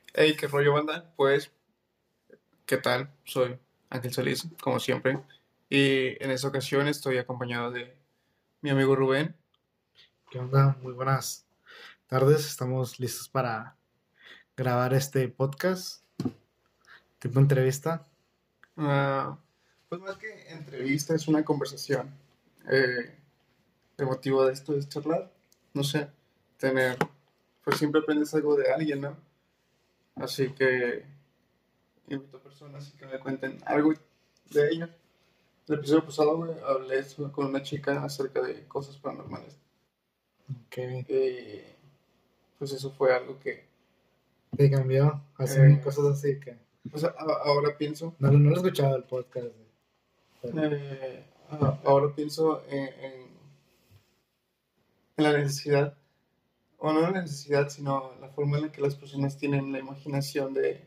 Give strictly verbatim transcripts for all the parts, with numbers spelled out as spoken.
Hey, qué rollo, banda. Pues, ¿qué tal? Soy Ángel Solís, como siempre. Y en esta ocasión estoy acompañado de mi amigo Rubén. ¿Qué onda? Muy buenas tardes. Estamos listos para grabar este podcast, tipo entrevista. Ah, pues más que entrevista, es una conversación. Eh, el motivo de esto es charlar. No sé, tener. Pues siempre aprendes algo de alguien, ¿no? Así que invito a personas y que me cuenten algo de ellos. El episodio pasado, güey, hablé con una chica acerca de cosas paranormales. Que Y pues eso fue algo que te cambió, así, Eh, cosas así que pues a- ahora pienso, no, no lo he escuchado el podcast, pero eh, a- ahora pienso en, en- en la necesidad, o no la necesidad, sino la forma en la que las personas tienen la imaginación de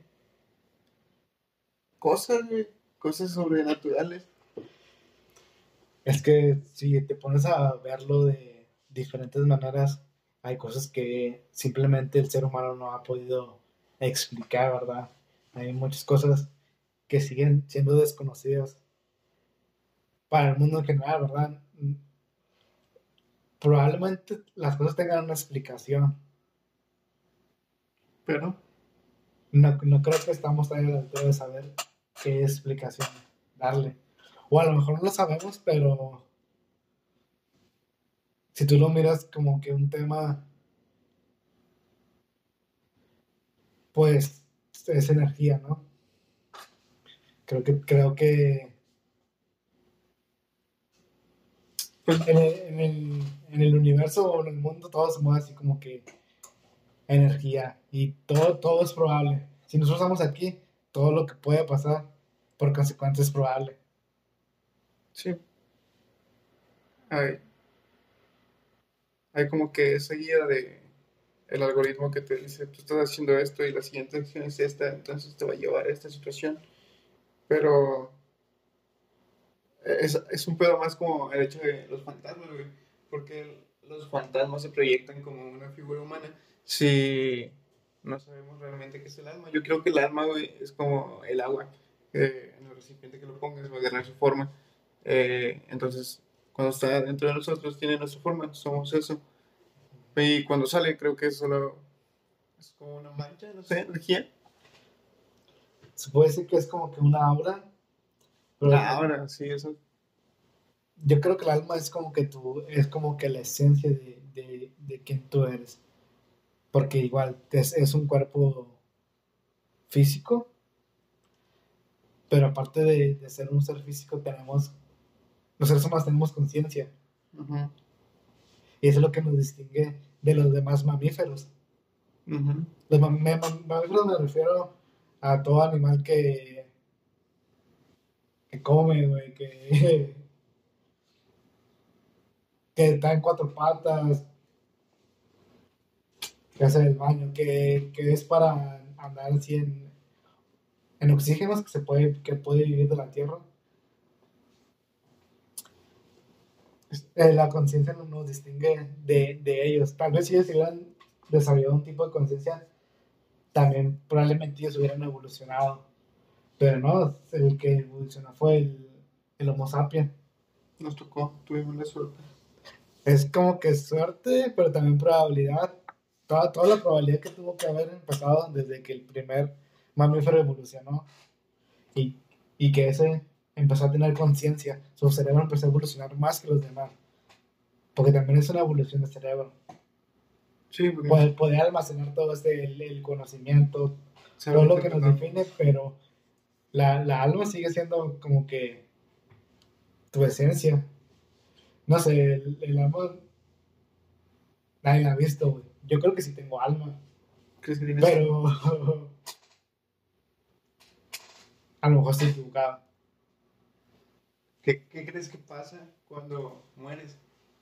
cosas, güey, cosas sobrenaturales. es que si te pones a verlo de diferentes maneras, hay cosas que simplemente el ser humano no ha podido explicar, ¿verdad? Hay muchas cosas que siguen siendo desconocidas para el mundo en general, ¿verdad? Probablemente las cosas tengan una explicación. Pero, No, no creo que estamos a la altura de saber qué explicación darle. O a lo mejor no lo sabemos, pero si tú lo miras como que un tema, pues es energía, ¿no? Creo que, creo que pues, en el, en el, en el universo o en el mundo todo se mueve así como que energía y todo, todo es probable. Si nosotros estamos aquí, todo lo que puede pasar por consecuencia es probable. sí, hay, hay como que esa guía de el algoritmo que te dice, tú estás haciendo esto y la siguiente acción es esta, entonces te va a llevar a esta situación. Pero Es, es un pedo más como el hecho de los fantasmas, güey. Porque el- los fantasmas se proyectan como una figura humana. Si no sabemos realmente qué es el alma. Yo creo que el alma, güey, es como el agua. Que en el recipiente que lo pongas va a agarrar su forma. Eh, entonces, cuando está dentro de nosotros, tiene nuestra forma. Somos eso. Y cuando sale, creo que es solo. Es como una mancha, no sé, energía. Se puede decir que es como que una aura, pero Ahora, sí, eso. yo creo que el alma es como que tú, es como que la esencia de, de, de quien tú eres. Porque igual es, es un cuerpo físico, pero aparte de, de ser un ser físico, tenemos, los seres humanos tenemos conciencia. Ujú, Y eso es lo que nos distingue de los demás mamíferos. ujú. Los mam- me- mam- mamíferos me refiero a todo animal que, que come, güey, que, que está en cuatro patas, que hace el baño, que, que es para andar así en, en oxígenos que se puede, que puede vivir de la tierra. Eh, la conciencia no nos distingue de, de ellos. Tal vez si ellos hubieran desarrollado un tipo de conciencia, también probablemente ellos hubieran evolucionado. Pero no, el que evolucionó fue el, el Homo sapiens. Nos tocó, tuvimos la suerte. Es como que suerte, pero también probabilidad. Toda, toda la probabilidad que tuvo que haber empezado desde que el primer mamífero evolucionó y, y que ese empezó a tener conciencia. Su cerebro empezó a evolucionar más que los demás. Porque también es una evolución de cerebro. Sí, porque Poder, poder almacenar todo este, el, el conocimiento, todo saber lo que nos interpretarlo. define, pero la, la alma sigue siendo como que tu esencia. No sé, el, el alma nadie la ha visto, güey. Yo creo que sí tengo alma, ¿Crees que tienes algo? pero a lo mejor estoy equivocado. ¿Qué, qué crees que pasa cuando mueres?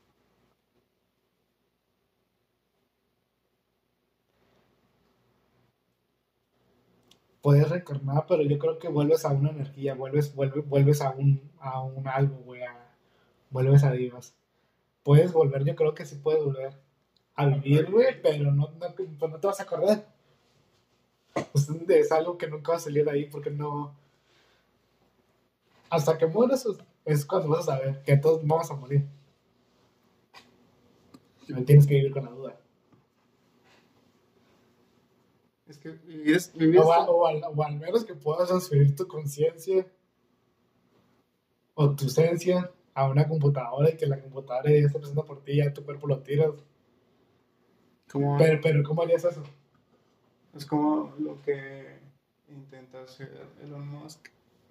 Puedes reencarnar, pero yo creo que vuelves a una energía, vuelves, vuelves, vuelves a un, a un algo, güey, a- vuelves a Dios. Puedes volver, yo creo que sí puedes volver a A, a vivir, güey, vivir. pero no, no, pues no te vas a acordar. Pues, es algo que nunca va a salir de ahí porque no... Hasta que mueras es- es cuando vas a saber que todos vamos a morir. No tienes que vivir con la duda. Es que vivir es. Vivir O, es a- o al, o al menos que puedas transferir tu conciencia o tu esencia a una computadora y que la computadora ya esté pensando por ti, ya tu cuerpo lo tiras. como, Pero, pero ¿cómo harías eso? es como lo que intenta hacer Elon Musk.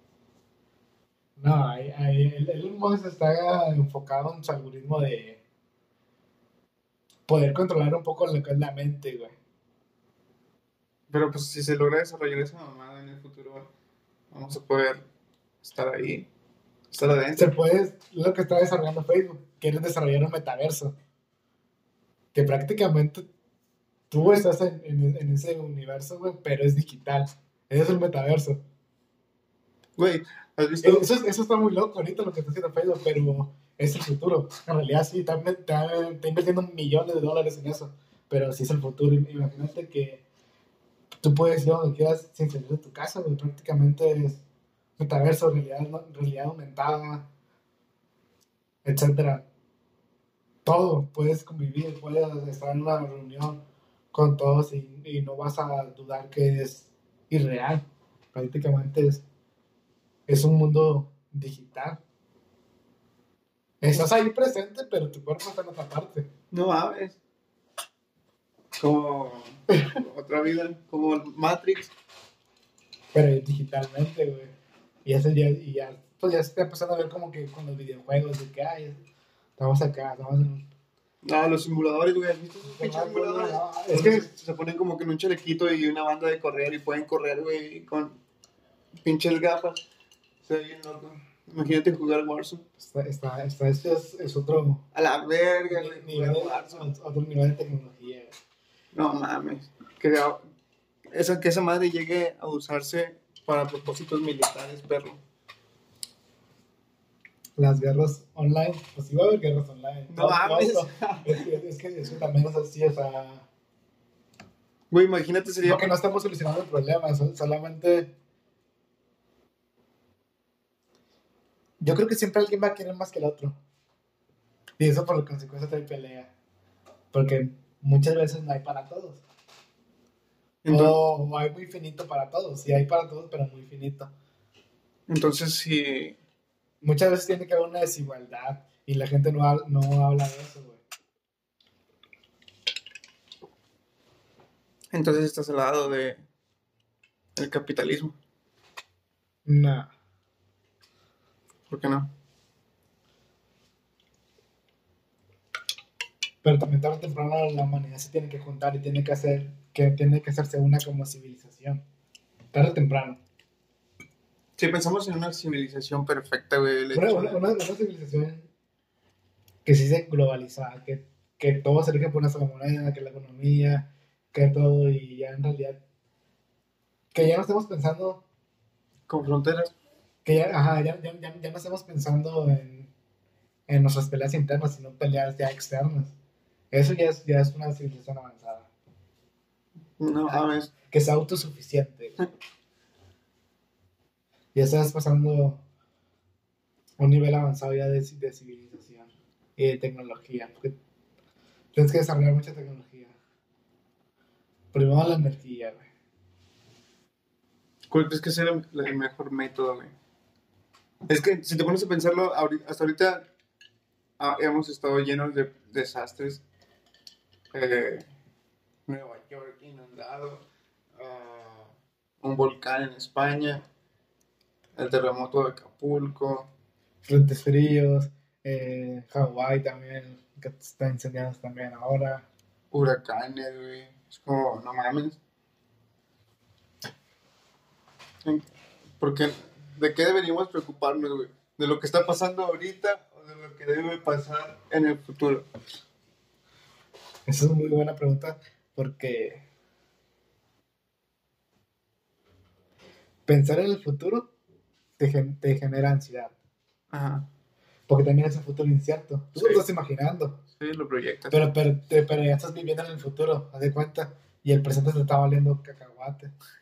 No, ahí, ahí, el Elon Musk está enfocado en su algoritmo de poder controlar un poco lo que es la mente, güey. Pero pues si se logra desarrollar esa mamada en el futuro, vamos a poder estar ahí, estar Se adentro. puede, lo que está desarrollando Facebook, quieren desarrollar un metaverso, que prácticamente tú estás en, en, en ese universo, güey, pero es digital. Ese es el metaverso. Güey, ¿has visto? Eso, es- eso está muy loco ahorita lo que está haciendo Facebook, pero es el futuro. En realidad sí, está, está- está invirtiendo millones de dólares en eso, pero sí es el futuro. Imagínate que tú puedes ir a donde quieras sin salir de tu casa, güey. Prácticamente es metaverso, realidad, realidad aumentada, etcétera. Todo, puedes convivir, puedes estar en una reunión con todos y, y no vas a dudar que es irreal. Prácticamente es, es un mundo digital. Estás ahí presente, pero tu cuerpo está en otra parte. No mames. Como otra vida, como el Matrix. Pero es digitalmente, güey. Y eso ya, y ya, pues ya se está empezando a ver como que con los videojuegos, de que, ay, estamos acá, estamos en... No, los simuladores, güey, ¿has visto esos pinches simuladores? Es que se ponen como que en un chalequito y una banda de correr y pueden correr, güey, con pinches gafas. Se ve bien loco. Imagínate jugar Warzone. Está, está, está, este es, es otro A la verga, ni- güey, nivel, jugar de, Warzone. otro nivel de tecnología, güey. No mames. Que, esa, que esa madre llegue a usarse para propósitos militares, perro. Las guerras online, pues iba a haber guerras online. No mames. no, es, que, es, que, es que también es así, o sea, Güey, imagínate, sería. porque no estamos solucionando el problema, so- solamente... Yo creo que siempre alguien va a querer más que el otro. Y eso por consecuencia trae pelea. Porque muchas veces no hay para todos. Entonces, O, o hay muy finito para todos. Sí hay para todos, pero muy finito. entonces si. Muchas veces tiene que haber una desigualdad. Y la gente no, ha- no habla de eso, güey. Entonces estás al lado de el capitalismo. No. ¿Por qué no? Pero también tarde o temprano la humanidad se tiene que juntar y tiene que hacer, que tiene que hacerse una como civilización. Tarde o temprano. Si pensamos en una civilización perfecta, güey, el Una, hecho una, de- una- una civilización que sí se globaliza, que, que todo se rige por una sola moneda, que la economía, que todo, y ya en realidad, que ya no estemos pensando, con fronteras. que ya, ajá, ya, ya, ya, ya no estemos pensando en, en nuestras peleas internas, sino peleas ya externas. Eso ya es, ya es una civilización avanzada. No mames. Que sea autosuficiente. Ya estás pasando un nivel avanzado ya de, de civilización y de tecnología. Porque tienes que desarrollar mucha tecnología. Primero la energía, güey. ¿Cuál crees que es el, el mejor método, güey? Es que si te pones a pensarlo, ahori- hasta ahorita ah, hemos estado llenos de desastres. Eh, Nueva York inundado, ah, un volcán en España, el terremoto de Acapulco. Frentes fríos, eh, Hawái también, que está incendiado también ahora. Huracanes, güey. Es como, no mames. Porque, ¿de qué deberíamos preocuparnos, güey? ¿De lo que está pasando ahorita o de lo que debe pasar en el futuro? Esa es muy buena pregunta porque pensar en el futuro te, gen- te genera ansiedad. Ajá. Porque también es un futuro incierto. Tú Sí. lo estás imaginando, Sí, lo proyectas. pero, pero, te- pero ya estás viviendo en el futuro, haz de cuenta. Y el presente te está valiendo cacahuate.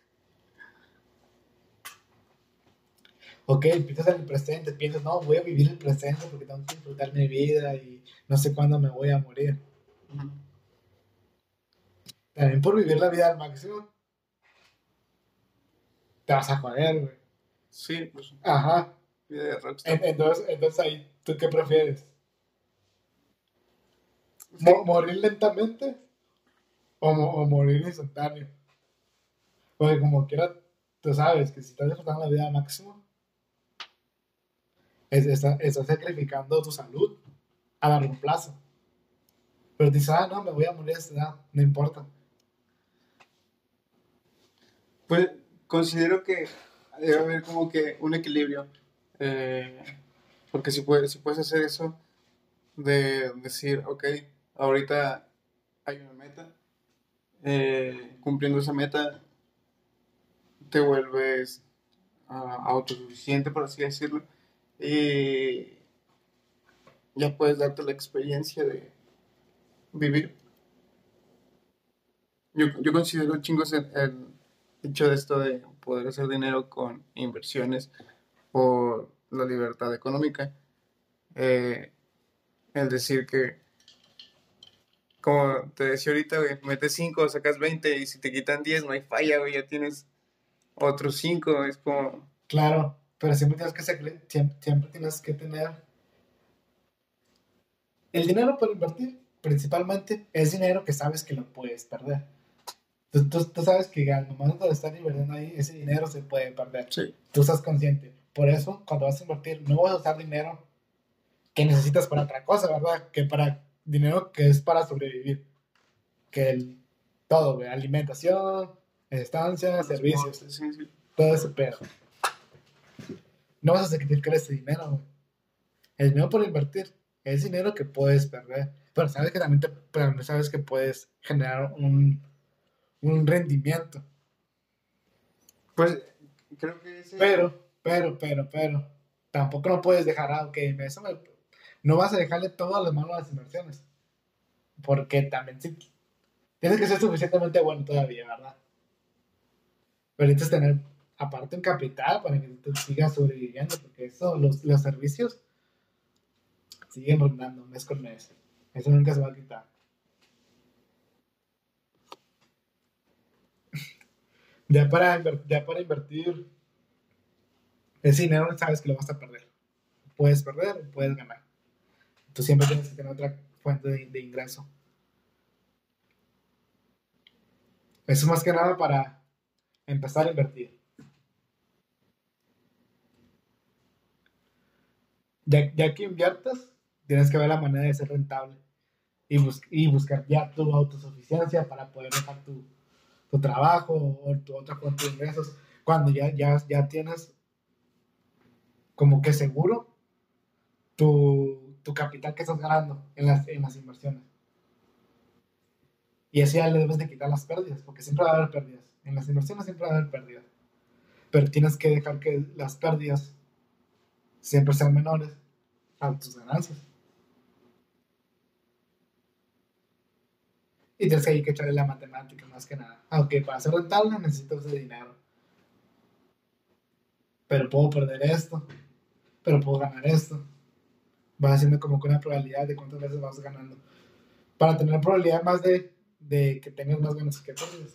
Ok, empiezas en el presente, piensas, no, voy a vivir el presente porque tengo que disfrutar mi vida y no sé cuándo me voy a morir. Ujú. También por vivir la vida al máximo, te vas a joder, güey. Sí, pues, Ajá. vida de rockstar. En- entonces, entonces ahí, ¿tú qué prefieres? Sí, Mo- ¿Morir lentamente o, mo- o morir instantáneo? Porque como quiera, tú sabes que si estás disfrutando la vida al máximo, es- está- estás sacrificando tu salud a largo plazo. Pero dices, ah, no, me voy a morir a esta edad, no importa. pues considero que debe haber como que un equilibrio. eh, porque si puedes, si puedes hacer eso, de decir, ok, ahorita hay una meta, eh, cumpliendo esa meta te vuelves ah, autosuficiente, por así decirlo, y ya puedes darte la experiencia de vivir. Yo, yo considero chingos el, el hecho de esto de poder hacer dinero con inversiones por la libertad económica. Eh, el decir que, como te decía ahorita, güey, metes cinco, sacas veinte y si te quitan diez no hay falla, güey, ya tienes otros cinco. Es como, Claro, pero siempre tienes que, sacri- siempre, siempre tienes que tener el dinero para invertir. Principalmente es dinero que sabes que lo puedes perder. Tú, tú, tú sabes que al momento de estar invirtiendo ahí, ese dinero se puede perder. sí, Tú estás consciente. Por eso, cuando vas a invertir, no vas a usar dinero que necesitas para otra cosa, ¿verdad? Que para dinero que es para sobrevivir. Que el, todo, güey, alimentación, estancia, servicios, transporte, sí, sí. todo ese pedo. No vas a sacrificar ese dinero, güey. El dinero por invertir es dinero que puedes perder. Pero sabes que también, te, pero sabes que puedes generar un, un rendimiento. Pues creo que ese, Pero, pero, pero, pero, tampoco no puedes dejar, ah, ok, eso me- no vas a dejarle todo a las manos a las inversiones. Porque también sí, tienes que ser suficientemente bueno todavía, ¿verdad? Pero necesitas tener, aparte, un capital para que tú sigas sobreviviendo, porque eso, los, los servicios siguen rondando mes con mes. Eso nunca se va a quitar. Ya para, inver- ya para invertir ese dinero, sabes que lo vas a perder. Puedes perder o puedes ganar. Tú siempre tienes que tener otra fuente de, de ingreso. Eso más que nada para empezar a invertir. Ya, ya que inviertas, tienes que ver la manera de ser rentable y, bus y buscar ya tu autosuficiencia para poder dejar tu, tu trabajo o tu otra fuente de ingresos. Cuando ya, ya, ya tienes como que seguro tu, tu capital que estás ganando en las, en las inversiones. Y así ya le debes de quitar las pérdidas, porque siempre va a haber pérdidas. En las inversiones siempre va a haber pérdidas. Pero tienes que dejar que las pérdidas siempre sean menores a tus ganancias. Y tienes que, hay que echarle la matemática más que nada. Aunque para ser rentable necesito ese dinero. Pero puedo perder esto. Pero puedo ganar esto. Vas haciendo como que una probabilidad de cuántas veces vas ganando. Para tener probabilidad más de, de que tengas más ganas que pérdidas.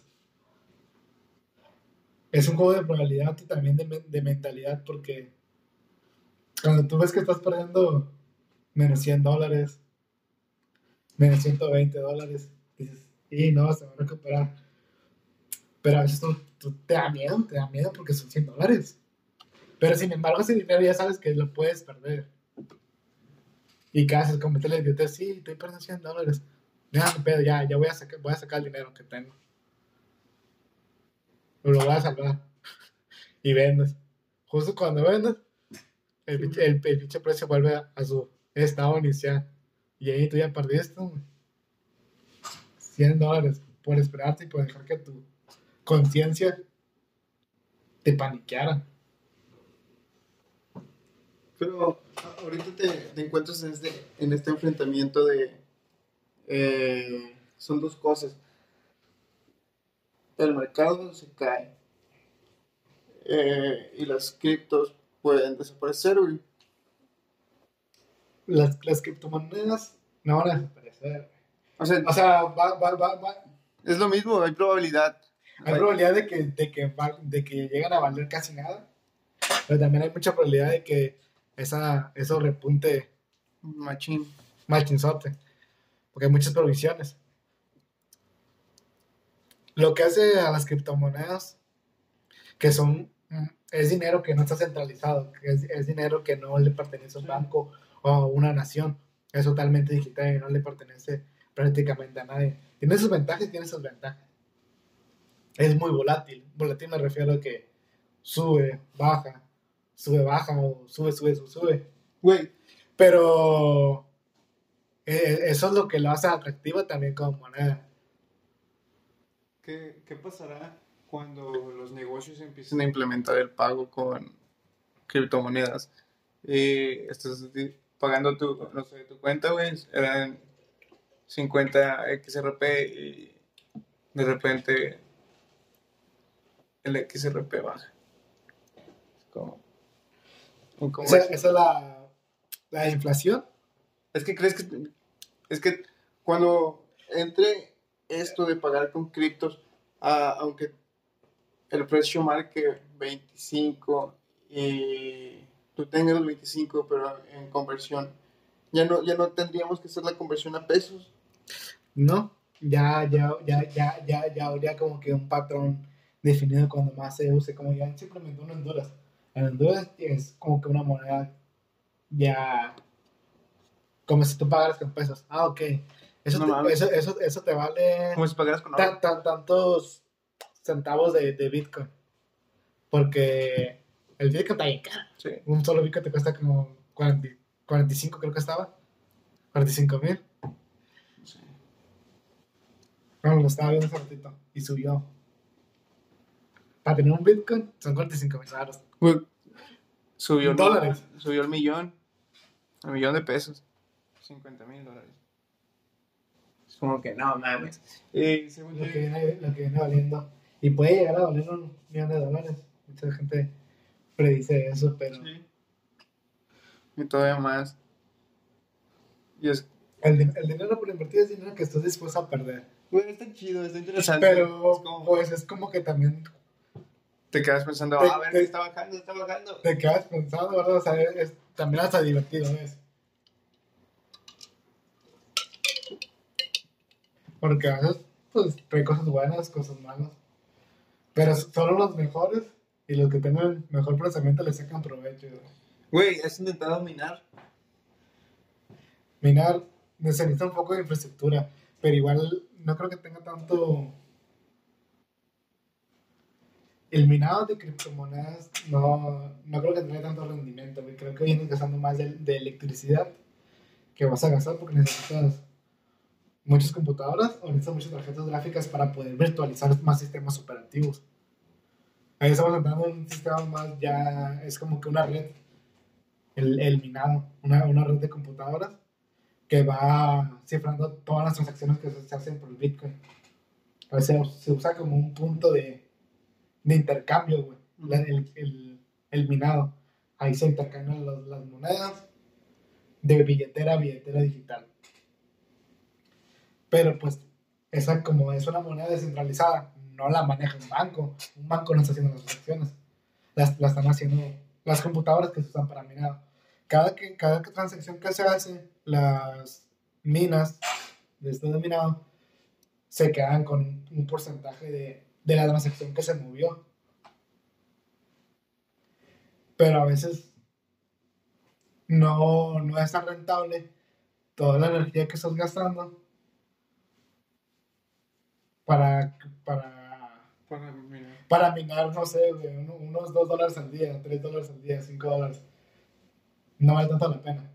Es un juego de probabilidad y también de, de mentalidad porque cuando tú ves que estás perdiendo menos cien dólares, menos ciento veinte dólares, dices, y no, se va a recuperar. Pero a veces tú, tú te da miedo, te da miedo porque son cien dólares. Pero sin embargo, ese dinero ya sabes que lo puedes perder. ¿Y qué haces? Como te le dices, sí, estoy perdiendo cien dólares. Ya, no pedo, ya, ya voy a, sacar, voy a sacar el dinero que tengo. Lo voy a salvar. Y vendes. Justo cuando vendes, el, pinche- el, el pinche precio vuelve a, a su estado inicial. Y ahí tú ya perdiste cien dólares por esperarte y por dejar que tu conciencia te paniqueara. pero ahorita te, te encuentras en este, en este enfrentamiento de, eh, son dos cosas. El mercado se cae eh, y las criptos pueden desaparecer, güey. Las, las criptomonedas no van a desaparecer. O sea, O sea, va, va, va, va. es lo mismo, hay probabilidad. Hay Hay- probabilidad de que, de, que va- de que lleguen a valer casi nada, pero también hay mucha probabilidad de que esa, eso repunte Machín. machinzote, porque hay muchas provisiones. Lo que hace a las criptomonedas, que son, mm, es dinero que no está centralizado, que es, es dinero que no le pertenece a un banco o a una nación, es totalmente digital y no le pertenece prácticamente a nadie. Tiene sus ventajas y tiene sus ventajas. Es muy volátil. Volátil me refiero a que sube, baja, sube, baja o sube, sube, sube, sube. Güey, Pero eh, eso es lo que lo hace atractiva también como moneda. ¿qué, qué pasará cuando los negocios empiecen a implementar el pago con criptomonedas? Eh, estás di- pagando tu, no sé, tu cuenta, güey, eran cincuenta X R P y de repente el X R P baja. Es como, ¿cómo Esa, es? esa es la, la inflación. Es que crees que es que cuando entre esto de pagar con criptos, ah, aunque el precio marque veinticinco y tú tengas los veinticinco, pero en conversión, ya no, ya no tendríamos que hacer la conversión a pesos. No, ya, ya, ya, ya, ya, ya habría como que un patrón definido cuando más se use, como ya se implementó en Honduras. En Honduras es como que una moneda ya, como si tú pagaras con pesos. Ah, ok. Eso No te, mames, eso, eso, eso te vale como si pagaras con oro. tan, tan, tantos centavos de, de Bitcoin. Porque el Bitcoin está bien caro. Sí. Un solo Bitcoin te cuesta como cuarenta, cuarenta y cinco, creo que estaba. cuarenta y cinco mil. Sí. Bueno, lo estaba viendo hace ratito y subió. Para tener un Bitcoin son cuarenta y cinco mil dólares. Güey, subió el Dólares. millón, subió el millón, el millón de pesos, cincuenta mil dólares. Es como que no mames. Eh, según Lo yo- que, viene, lo que viene valiendo. Y puede llegar a valer un millón de dólares. Mucha gente predice eso, pero Sí. Y todavía más. Y es, el, di- el dinero por invertir es dinero que estás dispuesto a perder. güey, está chido, está interesante. Pero, Es como- pues es como que también te quedas pensando, Te- a ver, te- está bajando, está bajando. te quedas pensando, ¿verdad? O sea, es, es- también hasta divertido es. Porque a veces, pues, hay cosas buenas, cosas malas. Pero solo los mejores y los que tengan mejor procesamiento le sacan provecho. Güey, ¿has intentado minar? Minar necesita un poco de infraestructura, pero igual no creo que tenga tanto. El minado de criptomonedas no, no creo que tenga tanto rendimiento, güey. Creo que vienes gastando más de, de electricidad que vas a gastar porque necesitas muchas computadoras o necesitas muchas tarjetas gráficas para poder virtualizar más sistemas operativos. Ahí estamos entrando en un sistema más, ya es como que una red, el, el minado, una, una red de computadoras que va cifrando todas las transacciones que se, se hacen por el Bitcoin. O sea, se usa como un punto de, de intercambio, güey, la- el, el, el minado. Ahí se intercambian los- las monedas de billetera a billetera digital. Pero pues, esa como es una moneda descentralizada, no la maneja un banco. Un banco no está haciendo las transacciones. Las, las están haciendo las computadoras que se usan para minado. Cada, que, cada transacción que se hace, las minas de este minado se quedan con un, un porcentaje de, de la transacción que se movió. Pero a veces no, no es tan rentable toda la energía que estás gastando para, para, Para minar. para minar, no sé, güey, uno- unos dos dólares al día, tres dólares al día, cinco dólares. No vale tanto la pena.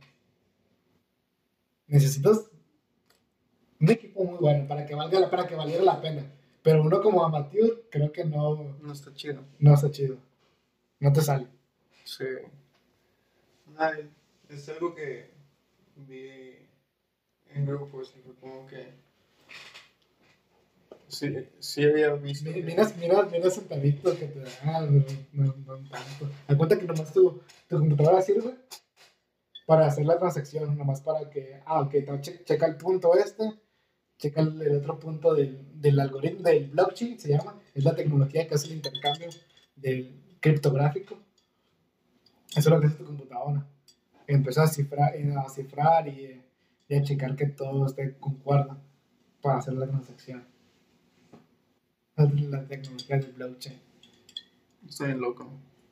Necesitas un equipo muy bueno para que valga la, para que valiera la pena. Pero uno como amateur creo que no, No está chido. no está chido. No te sale. Sí. Ay, es algo que vi en grupos y fue como que Sí, sí había visto. Mi- Miras, miras, miras centavitos que te dan, no, no, no tanto. Da cuenta que nomás tu, tu computadora sirve para hacer la transacción, nomás para que, ah, ok, te che- checa el punto este, checa el, el otro punto del, del algoritmo, del blockchain, se llama, es la tecnología que hace el intercambio del criptográfico. Eso es lo que hace tu computadora. Empieza a cifrar, a cifrar y, y a checar que todo esté concuerdo para hacer la transacción. Es la tecnología del blockchain. Estoy loco.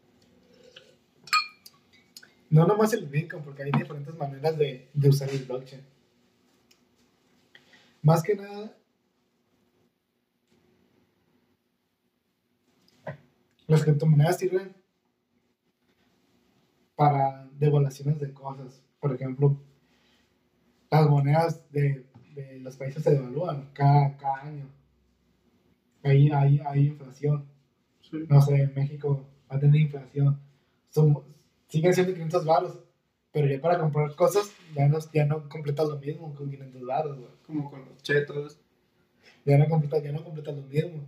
No nomás el Bitcoin, porque hay diferentes maneras de, de usar el blockchain. Más que nada, las criptomonedas sirven para devaluaciones de cosas. Por ejemplo, las monedas de, de los países se devalúan cada, cada año. Ahí hay, hay inflación. Sí. No sé, en México va a tener inflación. Son, siguen siendo quinientos baros, pero ya para comprar cosas ya no, ya no completas lo mismo con quinientos baros, güey. Como con los chetos. Ya no completas, ya no completas lo mismo.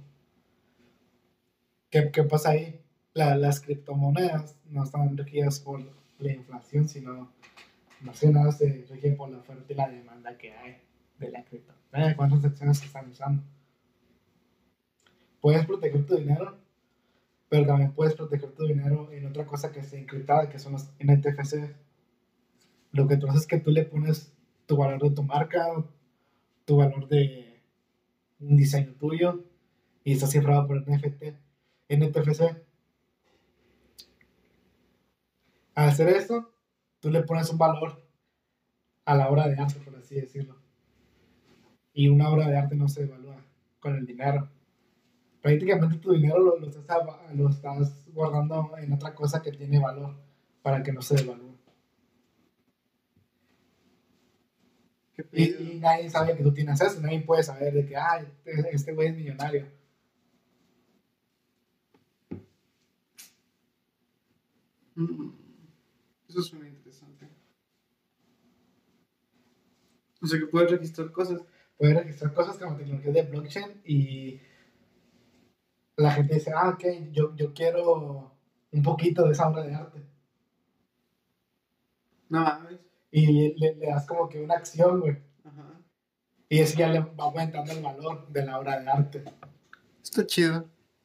¿Qué, qué pasa ahí? La, las criptomonedas no están regidas por la inflación, sino más que nada se rigen por la oferta y la demanda que hay de la criptomoneda, cuántas acciones se están usando. Puedes proteger tu dinero, pero también puedes proteger tu dinero en otra cosa que esté encriptada, que son los N T F C. Lo que tú haces es que tú le pones tu valor de tu marca, tu valor de un diseño tuyo, y está cifrado por N F T, N T F C. Al hacer esto, tú le pones un valor a la obra de arte, por así decirlo. Y una obra de arte no se evalúa con el dinero. Prácticamente tu dinero lo, lo, estás, lo estás guardando en otra cosa que tiene valor para que no se devalúe. Y, y nadie sabe que tú tienes eso, nadie puede saber de que, ah, este güey es millonario. Mm, eso suena interesante. O sea que puedes registrar cosas. Puedes registrar cosas con la tecnología de blockchain y la gente dice, ah, ok, yo, yo quiero un poquito de esa obra de arte. No mames. Y le, le das como que una acción, güey. Ajá. Y eso ya le va aumentando el valor de la obra de arte. Está chido.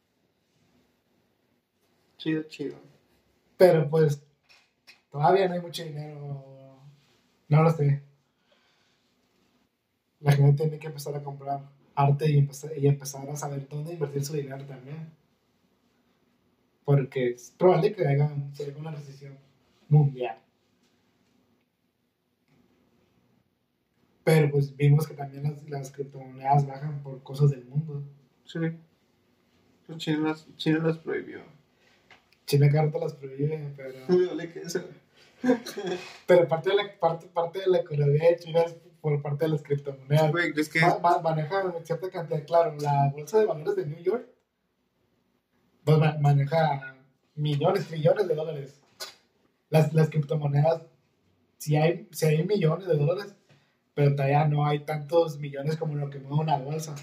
Chido, chido. Pero pues todavía no hay mucho dinero. No lo sé. La gente tiene que empezar a comprar arte y empezar, y empezar a saber dónde invertir su dinero también. Porque es probable que haya, se haga una recesión mundial. Pero pues vimos que también las, las criptomonedas bajan por cosas del mundo. Sí. Pues China las, China las prohibió. China carta las prohíbe, pero... Me duele que eso. Pero parte de, la, parte, parte de la economía de China es por parte de las criptomonedas. Güey, es que... Ma, ma, maneja cierta cantidad, claro, la bolsa de valores de New York pues, ma, maneja millones, trillones de dólares. Las, las criptomonedas, sí hay, sí hay millones de dólares, pero todavía no hay tantos millones como lo que mueve una bolsa.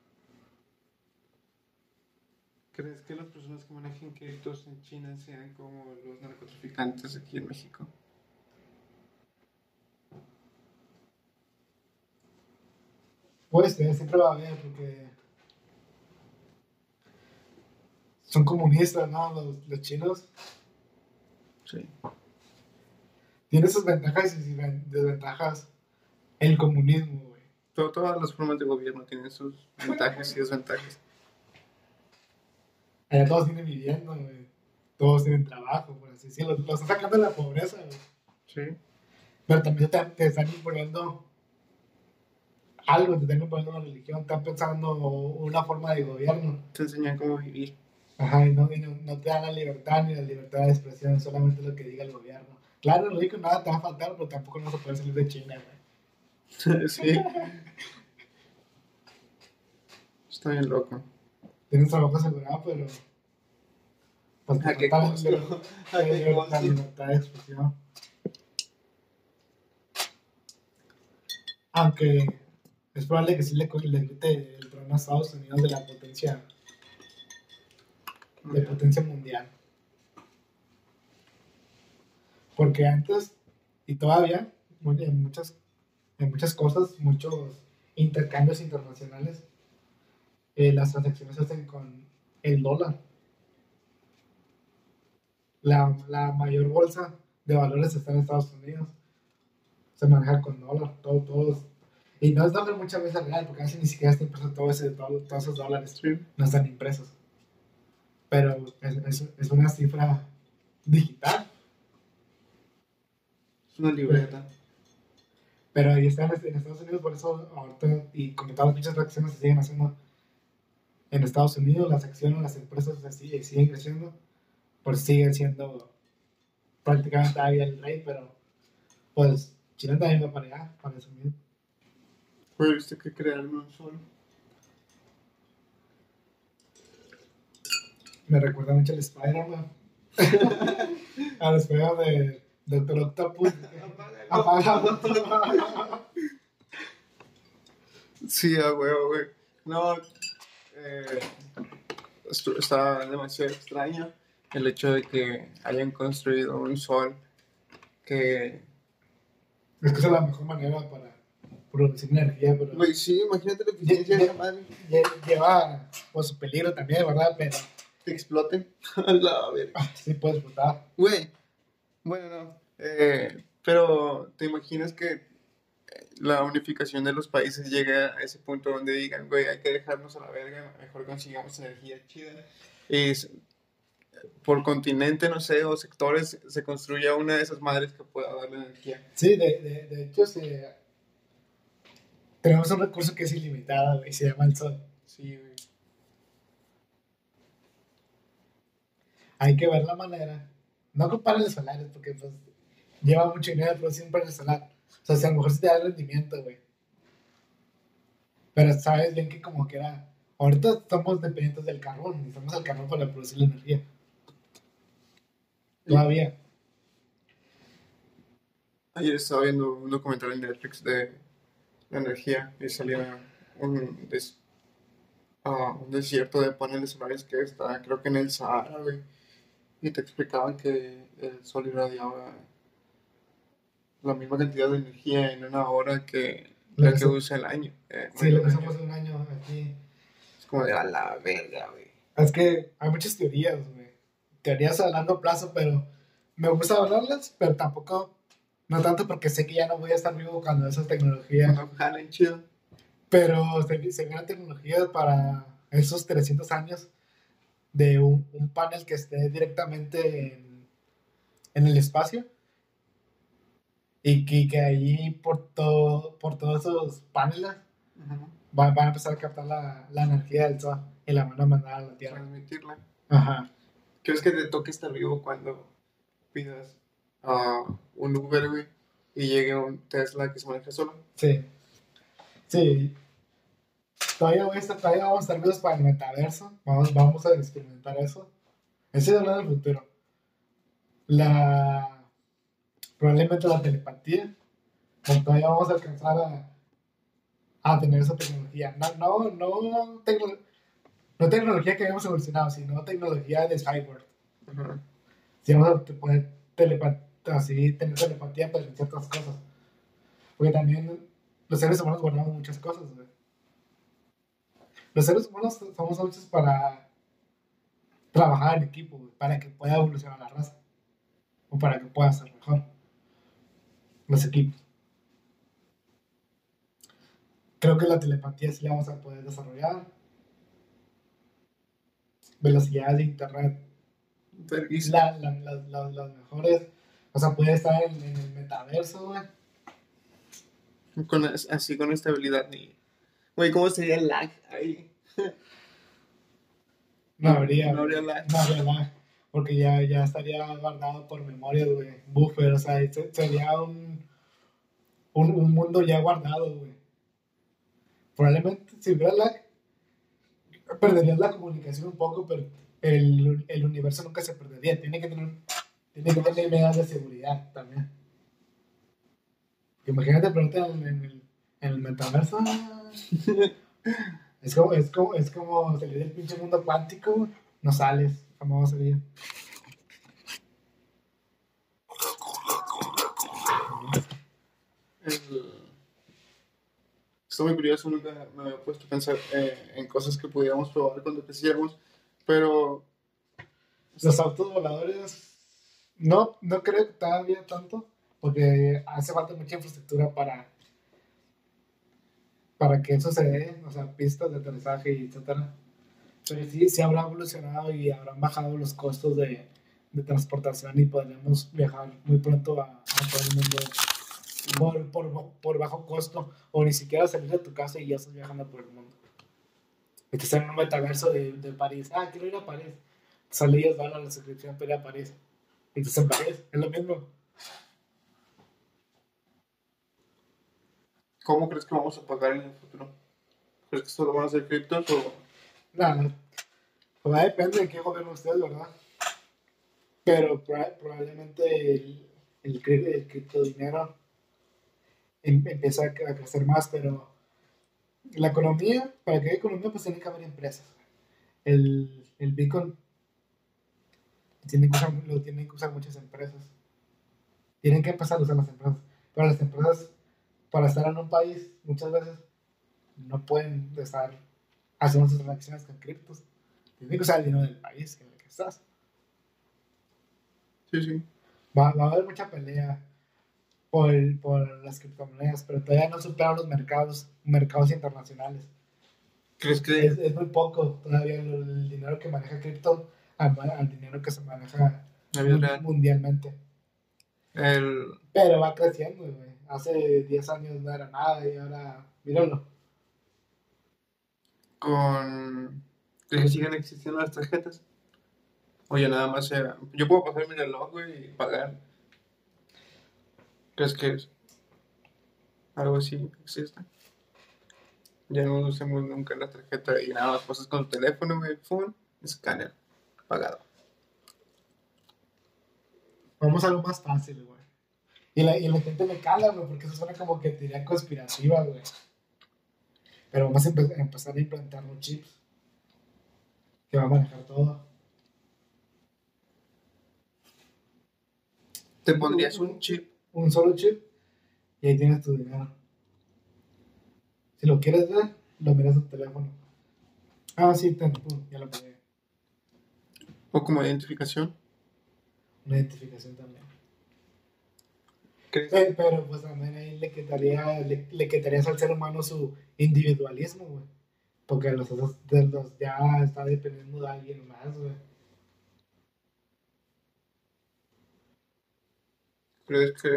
¿Crees que las personas que manejen criptos en China sean como los narcotraficantes aquí en México? Pues siempre va a haber, porque son comunistas, ¿no? Los, los chinos. Sí. Tiene sus ventajas y sus desventajas el comunismo, güey. Todo, todas las formas de gobierno tienen sus ventajas y desventajas. Allá todos tienen vivienda, güey. Todos tienen trabajo, por así decirlo. Los están sacando de la pobreza, güey. Sí. Pero también te, te están imponiendo algo, te están imponiendo una religión, están pensando una forma de gobierno. Te enseñan cómo vivir. Ajá, y no, y no, no te dan la libertad ni la libertad de expresión, solamente lo que diga el gobierno. Claro, no digo nada te va a faltar, pero tampoco no se puede salir de China, güey. Sí. Está bien loco. Tienes trabajo asegurado, pero... Pues ¿A qué falta costo? la, ¿A qué la costo? libertad de expresión. Aunque es probable que sí le, le grite el trono a Estados Unidos de la potencia, de potencia mundial. Porque antes, y todavía, en muchas, en muchas cosas, muchos intercambios internacionales, eh, las transacciones se hacen con el dólar. La, la mayor bolsa de valores está en Estados Unidos. Se maneja con dólar, todo, todos. Y no es dólar muchas veces real, porque casi ni siquiera está impreso todo ese, todo, todos esos dólares. Sí. No están impresos. Pero es, es, es una cifra digital. Es una libreta. Pero ahí está en Estados Unidos, por eso ahorita, y como todas las muchas acciones se siguen haciendo en Estados Unidos, las acciones, las empresas así siguen creciendo, pues siguen siendo prácticamente todavía el rey, pero pues China también va para allá, para eso mismo. Pues viste que crearon un sol. Me recuerda mucho al Spider-Man. Al Spider-Man de Doctor Octopus. Apagado. Sí, a huevo, güey. No, eh, esto está demasiado extraño el hecho de que hayan construido un sol que... Es que esa es la mejor manera para producir energía, pero... Güey, sí, imagínate la eficiencia de esa madre. Lleva pues, su peligro también, ¿verdad? Pero... Que exploten. A la verga. Sí, puede explotar. Güey, bueno, no. Eh, pero, ¿te imaginas que la unificación de los países llegue a ese punto donde digan, güey, hay que dejarnos a la verga, mejor consigamos energía chida? Y por continente, no sé, o sectores, se construya una de esas madres que pueda darle energía. Sí, de, de, de hecho, se... tenemos un recurso que es ilimitado, y se llama el sol. Sí, güey. Hay que ver la manera. No con paneles solares, porque pues lleva mucho dinero producir un panel solar. O sea, si a lo mejor se te da rendimiento, güey. Pero sabes bien que como que era... Ahorita estamos dependientes del carbón, necesitamos el carbón para producir la energía. Todavía. Ayer estaba viendo un documental en Netflix de la energía y salía un, des, uh, un desierto de paneles solares que está, creo que en el Sahara, güey. Y te explicaban que el sol irradiaba la misma cantidad de energía en una hora que la que usa el año. Eh, sí, lo que usamos en un año aquí. Es como de a la verga, güey. Es que hay muchas teorías, güey. Teorías a largo plazo, pero me gusta hablarlas, pero tampoco, no tanto porque sé que ya no voy a estar vivo cuando esas tecnologías. No, jalen chido. Pero se, se vienen tecnologías para esos trescientos años de un, un panel que esté directamente en, en el espacio y que, que ahí por, todo, por todos esos paneles uh-huh. van, van a empezar a captar la, la energía del sol y la van a mandar a la Tierra. Transmitirla. Ajá. ¿Crees que te toque estar vivo cuando pidas uh, un Uber, güey, y llegue un Tesla que se maneja solo? Sí. Sí. Todavía, voy a estar, todavía vamos a estar vivos para el metaverso. Vamos, vamos a experimentar eso. Ese es el del futuro. La... Probablemente la telepatía. O todavía vamos a alcanzar a, a tener esa tecnología. No, no, no, tecno, no tecnología que hayamos evolucionado, sino tecnología de cyborg. Uh-huh. Si vamos a poder telepat- así, tener telepatía para ciertas cosas. Porque también los seres humanos guardamos muchas cosas, güey. Los seres humanos somos hechos para trabajar en equipo, güey, para que pueda evolucionar la raza. O para que pueda ser mejor. Los equipos. Creo que la telepatía sí la vamos a poder desarrollar. Velocidades de internet. La, la, la, la, las mejores. O sea, puede estar en, en el metaverso, güey. Con, así con estabilidad ni. Güey, ¿cómo sería el lag ahí? No habría. No habría lag. No habría lag. Porque ya, ya estaría guardado por memoria, güey. Buffer, o sea, sería un, un, un mundo ya guardado, güey. Probablemente si hubiera lag, perderías la comunicación un poco, pero el, el universo nunca se perdería. Tiene que tener, tiene que tener medidas de seguridad también. Imagínate, pregunta en, en, el, en el metaverso. Es como, es como, es como salir del pinche mundo cuántico, güey. No sales, jamás vas a salir. El- Estoy muy curioso, nunca me había puesto a pensar eh, en cosas que pudiéramos probar cuando creciéramos, pero Los autos voladores, no, no creo que todavía tanto, porque hace falta mucha infraestructura para, para que eso se dé, o sea, pistas de aterrizaje y etcétera. Pero sí, sí habrá evolucionado y habrán bajado los costos de, de transportación y podremos viajar muy pronto a, a todo el mundo por, por, por bajo costo, o ni siquiera salir de tu casa y ya estás viajando por el mundo. Estás en un metaverso de, de París. Ah, quiero ir a París. Salías, van a la suscripción para ir a París. Y estás en París, es lo mismo. ¿cómo crees que vamos a pagar en el futuro? ¿Crees que solo van a ser criptos o...? Nada, pues depende de qué gobierno estés, ¿verdad? Pero pra- probablemente el, el, cri- el criptodinero em- empieza a, a crecer más, pero la economía, para que haya economía, pues tiene que haber empresas. El, el Bitcoin tiene que usar, lo tienen que usar muchas empresas. Tienen que empezar a usar las empresas. Pero las empresas, para estar en un país, muchas veces no pueden estar haciendo sus transacciones con criptos. Tienen que usar el dinero del país en el que estás. Sí, sí. Va, va a haber mucha pelea por, por las criptomonedas, pero todavía no superaron los mercados, mercados internacionales. ¿Crees Es, que es muy poco todavía el, el dinero que maneja cripto al, al dinero que se maneja la vida mun, real? mundialmente. El, Pero va creciendo, güey. Hace diez años no era nada y ahora, míralo. con... ¿Crees que sigan existiendo las tarjetas? Oye, nada más sea... Yo puedo pasar mi reloj, güey, y pagar. ¿Crees que es algo así existe? Ya no usemos nunca la tarjeta y nada más pasas con tu teléfono, güey, phone, escáner, pagado. Vamos a lo más fácil, güey. Y la, y la gente me cala, güey, porque eso suena como que teoría conspirativa, güey. Pero vamos a empe- a empezar a implantar un chip que va a manejar todo. Te Un, pondrías un un- chip. un solo chip y ahí tienes tu dinero. Si lo quieres ver, lo miras en tu teléfono. Ah, sí, ten, pum, ya lo pagué. O como identificación. Una identificación también. ¿Crees? Pe- Pero pues también ahí le quitaría, le, le quitarías al ser humano su individualismo, güey. Porque los otros de los ya está dependiendo de alguien más, güey. ¿Crees que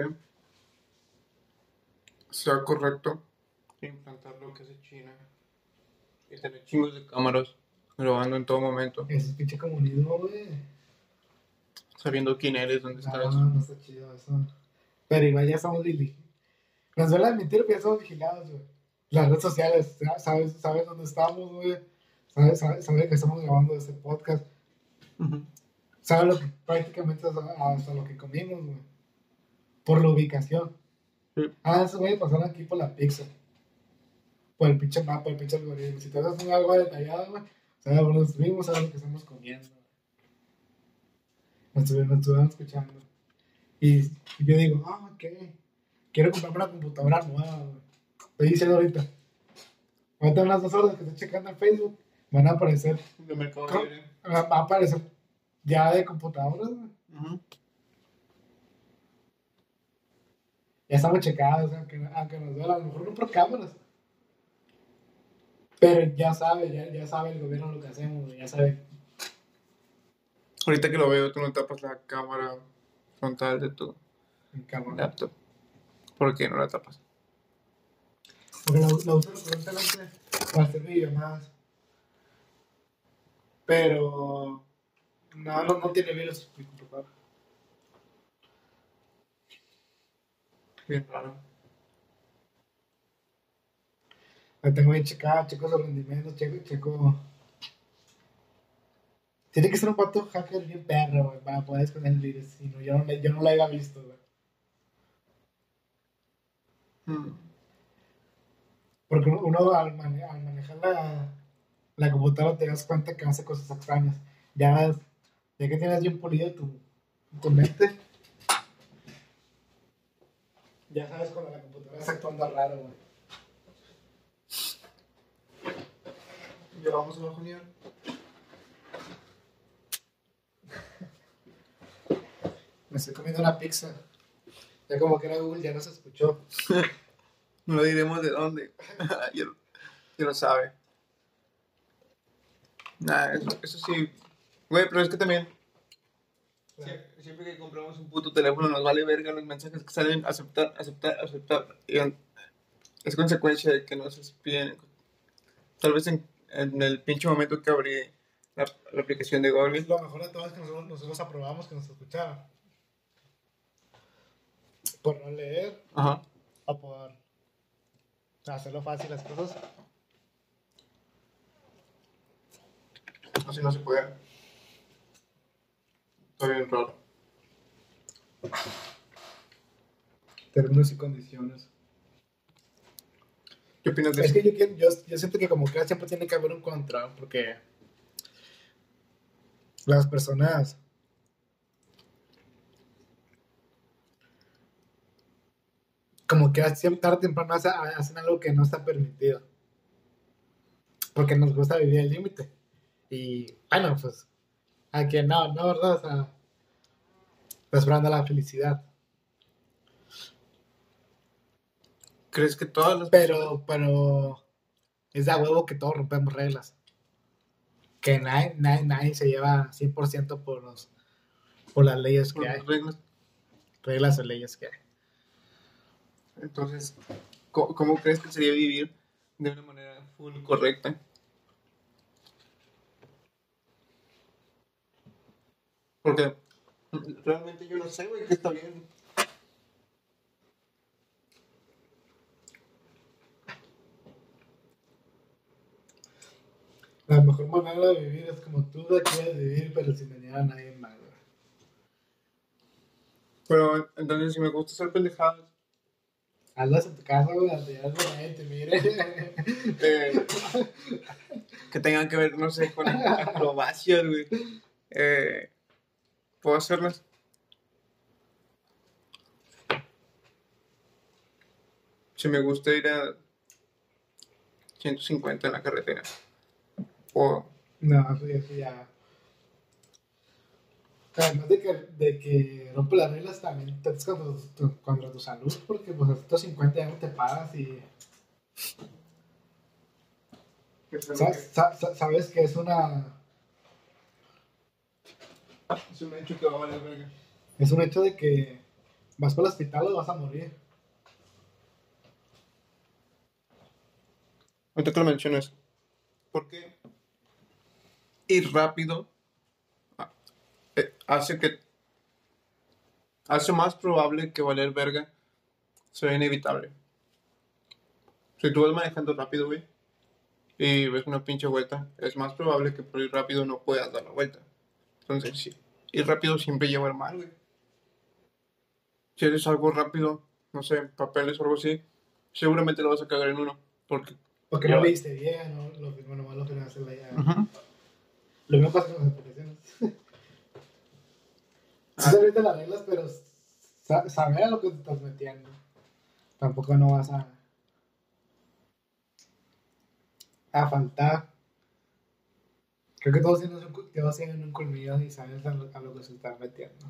sea correcto implantar lo que hace China y tener chingos de cámaras grabando en todo momento, Eso es pinche comunismo, güey. sabiendo quién eres, dónde No, estás? no está chido eso. Pero igual ya estamos vigilados. Nos duele admitir que ya estamos vigilados, güey. Las redes sociales, ya sabes, sabes dónde estamos, güey. Sabes, sabes, sabes que estamos grabando este podcast. Ujú. Sabes lo que prácticamente hasta, hasta lo que comimos, güey. Por la ubicación. Sí. Ah, eso voy a pasar aquí por la pizza. Por el pinche mapa, el pinche algoritmo. Si te haces algo detallado, güey, sabes dónde estuvimos, sabes lo que estamos comiendo. Nos estuvieron, nos estuvieron escuchando. Y, y yo digo, ah, ok. Quiero comprarme una computadora nueva, güey. Estoy diciendo ahorita. Ahorita en las dos horas que estoy checando en Facebook, van a aparecer. De Mercado co- Libre. Va a aparecer ya de computadoras, güey. Ujú. Ya estamos checados, aunque, aunque nos duela, a lo mejor no por cámaras. Pero ya sabe, ya, ya sabe el gobierno lo que hacemos, güey, ya sabe. Ahorita que lo veo, tú no tapas la cámara frontal de tu En cámara. laptop. ¿Por qué no la tapas? Porque la, la uso recurrentemente para hacer videollamadas. Pero no, no, no tiene virus mi computadora. Bien raro. La tengo bien checada, checo su rendimiento, checo, checo. Tiene que ser un pato hacker bien perro, güey, para poder esconder el virus. Si no, yo no, le- yo no la había visto, güey. Mm. Porque uno al, mane- al manejar la, la computadora te das cuenta que hace cosas extrañas. Ya, ya que tienes bien pulido tu, tu mente, ya sabes cuando la computadora está actuando raro, güey. Ya vamos abajo, Nier. Me estoy comiendo una pizza. Ya como que era Google, ya no se escuchó. No diremos de dónde. ya, ya lo sabe. Nah, eso, eso sí. Güey, pero es que también. Sie- Siempre que compramos un puto teléfono nos vale verga los mensajes que salen aceptar, aceptar, aceptar. Y an- es consecuencia de que nos espíen. Tal vez en, en el pinche momento que abrí la, la aplicación de Google. Lo mejor de todo es que nosotros, nosotros aprobamos que nos escucharan. Por no leer Ajá. o por hacerlo fácil las cosas. Así no se puede. Está bien raro. Términos y condiciones. ¿Qué opinas de Es eso? que yo, quiero- yo, yo siento que como que siempre tiene que haber un control, porque las personas como que siempre tarde o temprano hace- hacen algo que no está permitido. Porque nos gusta vivir el límite. Y bueno, pues a quien no, no, ¿verdad? O sea, está esperando la felicidad. ¿Crees que todas las personas... Pero, pero es de a huevo que todos rompemos reglas. Que nadie, nadie, nadie se lleva cien por ciento por, los, por las leyes por que hay. las reglas? Reglas o leyes que hay. Entonces, ¿cómo, cómo crees que sería vivir de una manera full correcta? Porque realmente yo no sé, güey, qué está bien. La mejor manera de vivir es como tú la quieres vivir, pero sin dañar a nadie más. Güey. Pero entonces, si me gusta hacer pendejadas, Hazlas en tu casa, güey, donde ya la gente mire. eh, que tengan que ver, no sé, con acrobacias, güey, eh, puedo hacerlas. Si me gusta ir a ciento cincuenta en la carretera, o No, eso ya, eso ya. Además de que, de que rompe las reglas, también te es contra tu, contra tu salud, porque pues a ciento cincuenta ya no te pagas y. ¿Sabes, sa- sa- sabes que es una. es un hecho que va a valer verga. Es un hecho de que vas para el hospital o vas a morir. Ahorita que lo mencionas, ¿por qué ir rápido eh, hace que hace más probable que valer verga sea inevitable? Si tú vas manejando rápido, güey, y ves una pinche vuelta, es más probable que por ir rápido no puedas dar la vuelta. Entonces, sí, ir rápido siempre lleva al mal, güey. Si eres algo rápido, no sé, papeles o algo así, seguramente lo vas a cagar en uno. Porque, Porque ya no va. leíste bien, ¿no? Lo, bueno, malo que no hace la ya. Ujú. Lo mismo pasa con las aplicaciones. Sí Ah, sabes de las reglas, pero sa- saber a lo que te estás metiendo. Tampoco no vas a, a faltar. Creo que todos tienen un, cu- todos tienen un colmillo y sabes a lo, a lo que se están metiendo.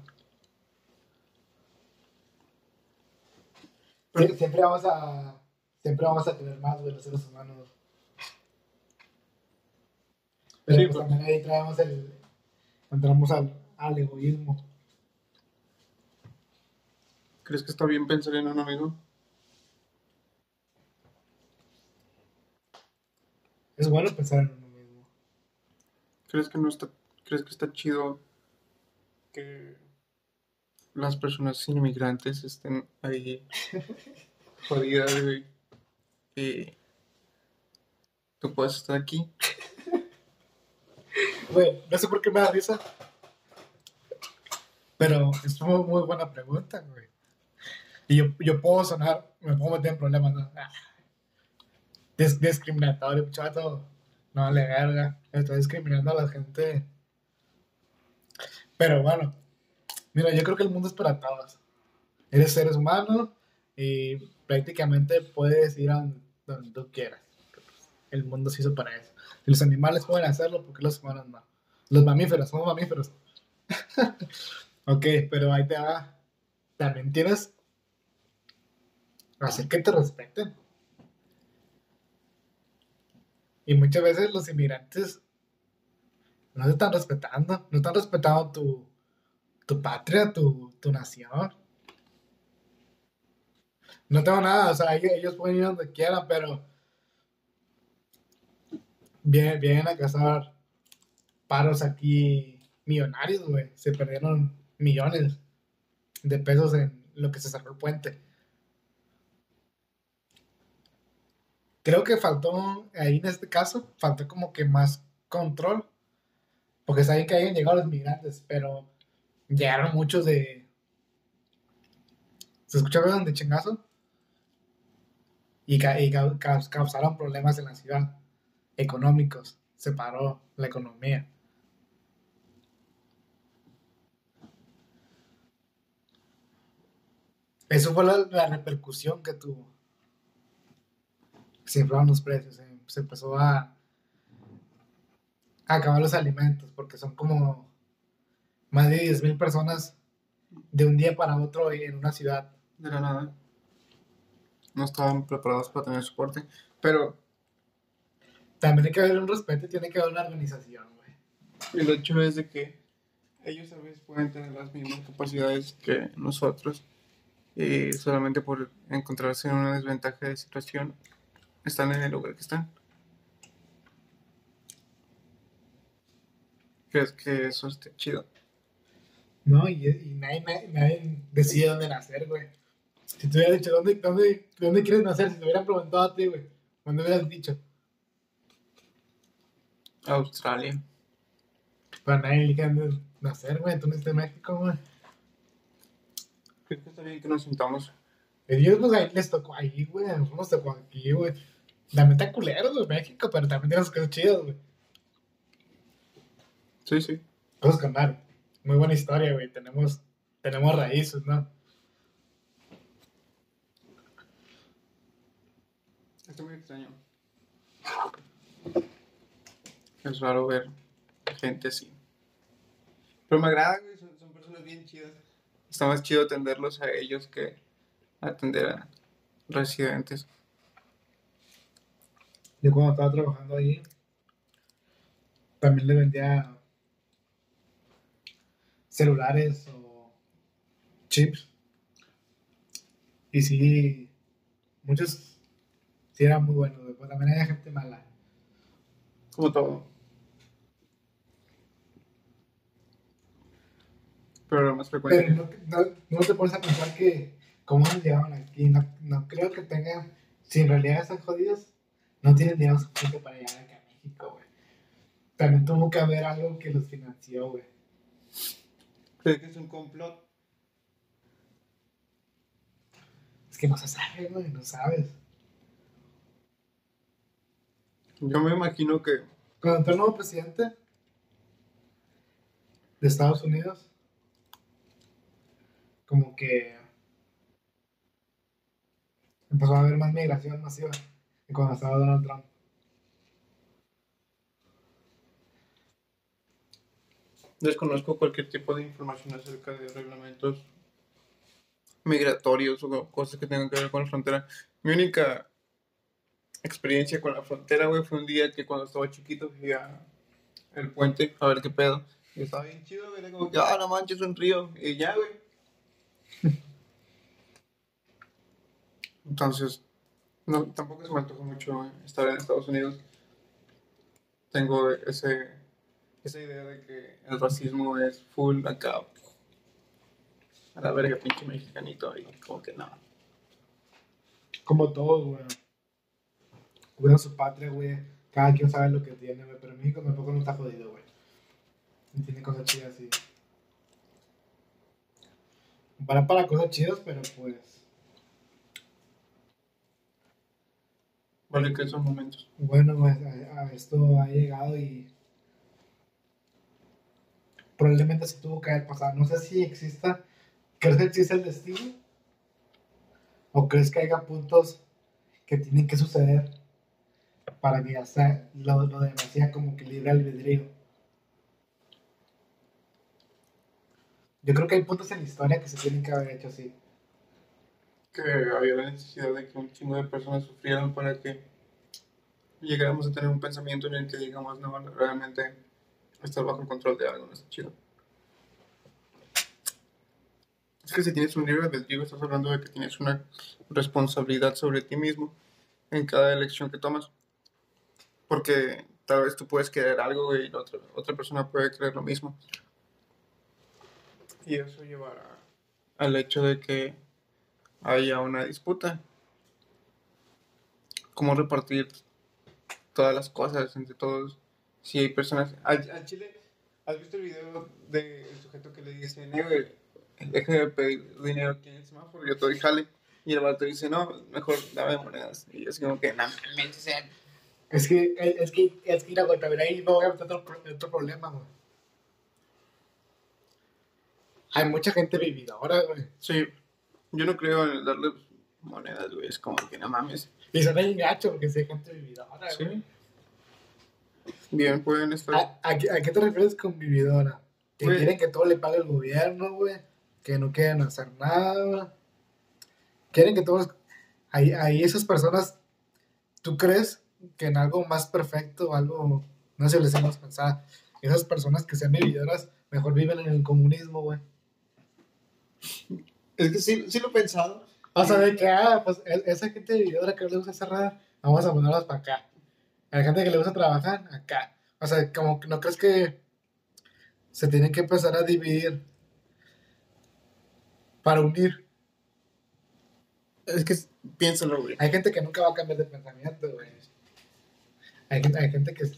pero- Sie- siempre vamos a siempre vamos a tener más de los seres humanos. Pero sí, pues pues, también ahí traemos el entramos al, al egoísmo. ¿crees que está bien pensar en uno mismo? Es bueno pensar en uno mismo. ¿Crees que no está, crees que está chido que las personas inmigrantes estén ahí jodidas, güey, y tú puedes estar aquí? Güey, no sé por qué me da risa, pero es muy, muy buena pregunta, güey. Y yo, yo puedo sonar, me puedo meter en problemas, ¿no? Ah, dis- discriminatorio, chato. No vale verga. Está discriminando a la gente. Pero bueno, mira, yo creo que el mundo es para todos. Eres seres humanos y prácticamente puedes ir a donde, donde tú quieras. El mundo se hizo para eso. Si los animales pueden hacerlo, ¿por qué los humanos no? Los mamíferos, somos mamíferos. Ok, pero ahí te va. También tienes que hacer que te respeten. Y muchas veces los inmigrantes no te están respetando. No están respetando tu, tu patria, tu, tu nación. No tengo nada, o sea, ellos, ellos pueden ir donde quieran, pero vienen, vienen a cazar paros aquí millonarios, güey. Se perdieron millones de pesos en lo que se cerró el puente. Creo que faltó, ahí en este caso, faltó como que más control, porque saben que habían llegado los migrantes, pero llegaron muchos de... ¿Se escucharon de chingazo? Y, ca- y ca- ca- causaron problemas en la ciudad, económicos, se paró la economía. Eso fue la, la repercusión que tuvo. Se inflaron los precios, se, se empezó a, a acabar los alimentos, porque son como más de diez mil personas de un día para otro en una ciudad. De la nada. No estaban preparados para tener soporte. Pero También hay que haber un respeto y tiene que haber una organización, güey. el hecho es de que ellos a veces pueden tener las mismas capacidades que nosotros. Y solamente por encontrarse en una desventaja de situación, están en el lugar que están. ¿Crees que eso esté chido? No, y, y nadie, nadie, nadie decide dónde nacer, güey. Si te hubieras dicho, ¿dónde, dónde, ¿dónde quieres nacer? Si te hubieran preguntado a ti, güey, ¿dónde hubieras dicho? Australia. Para nadie elige dónde nacer, güey. Tú naciste en México, güey. ¿Crees que está bien que nos sintamos? Ellos, pues, ahí les tocó ahí, güey. A nosotros nos tocó aquí, güey. La meta culero, güey, México, pero también tiene sus cosas chidas, güey. Sí, sí. Cosas con madre. Muy buena historia, güey. Tenemos, tenemos raíces, ¿no? Está muy extraño. Es raro ver gente así. Pero me agrada, güey. Son, son personas bien chidas. Está más chido atenderlos a ellos que atender a residentes. Yo cuando estaba trabajando ahí, también le vendía celulares o chips. Y sí, muchos sí eran muy buenos, güey. Pero también había gente mala. Como todo. Pero lo más frecuente. Pero no, no, no te pones a pensar que cómo nos llevaban aquí. No, no creo que tengan, si en realidad están jodidos, no tienen dinero suficiente para llegar acá a México, güey. También tuvo que haber algo que los financió, güey. ¿Crees que es un complot? Es que no se sabe, güey, no sabes. Yo me imagino que Cuando entró el nuevo presidente de Estados Unidos, como que empezó a haber más migración masiva que cuando estaba Donald Trump. desconozco cualquier tipo de información acerca de reglamentos migratorios o cosas que tengan que ver con la frontera. Mi única experiencia con la frontera, güey, fue un día que cuando estaba chiquito fui a el puente a ver qué pedo. Y estaba bien chido, güey, era como que, ah, no manches, un río. Y ya, güey. Entonces, no, tampoco se me antoja mucho estar en Estados Unidos. Tengo ese, esa idea de que el racismo es full acá. A la verga, pinche mexicanito. Y como que no. Como todos, güey. Cuidan su patria, güey. Cada quien sabe lo que tiene, güey. Pero México tampoco no está jodido, güey. Y tiene cosas chidas, sí. Para para cosas chidas, pero pues. ¿Cuáles que son momentos? Bueno, pues a, a esto ha llegado y probablemente se tuvo que haber pasado. No sé si exista, ¿crees que existe el destino? ¿O crees que haya puntos que tienen que suceder para que ya sea lo, lo demás sea como que libre albedrío? Yo creo que hay puntos en la historia que se tienen que haber hecho así. Que había la necesidad de que un chingo de personas sufrieran para que llegáramos a tener un pensamiento en el que digamos, no, realmente estar bajo el control de algo no está chido. Es que si tienes un libre albedrío, estás hablando de que tienes una responsabilidad sobre ti mismo en cada elección que tomas. Porque tal vez tú puedes querer algo y la otra, otra persona puede creer lo mismo. Y eso llevará al hecho de que haya una disputa. Cómo repartir todas las cosas entre todos. Si hay personas... Al, al Chile, ¿has visto el video del sujeto que le dice, "Neve, deja de pedir dinero aquí en el semáforo, yo te doy jale"? Y el vato dice, no, mejor dame monedas. Y yo así como que, no, me sea. Es que, es que, es que, mira, güey, también ahí me voy a meter otro, otro problema, güey. Hay mucha gente vividora, güey. Sí, yo no creo en darle monedas, güey, es como que no mames. Y son bien gacho porque sí hay gente vividora, Sí. güey. Bien, pueden estar... ¿A, a, qué- a qué te refieres con vividora? Que Güey. quieren que todo le pague el gobierno, güey. Que no quieren hacer nada. Quieren que todos... Ahí, ahí esas personas, ¿tú crees que en algo más perfecto, algo... No sé, les hemos pensado. Esas personas que sean vividoras, mejor viven en el comunismo, güey. Es que sí, sí lo he pensado. O sea, de que, ah, pues e- esa gente vividora que le gusta cerrar, vamos a ponerlas para acá. A la gente que le gusta trabajar, acá. O sea, como que no crees que se tienen que empezar a dividir para unir. Es que piénsalo, güey. Hay gente que nunca va a cambiar de pensamiento, güey. Hay, gente- hay gente que...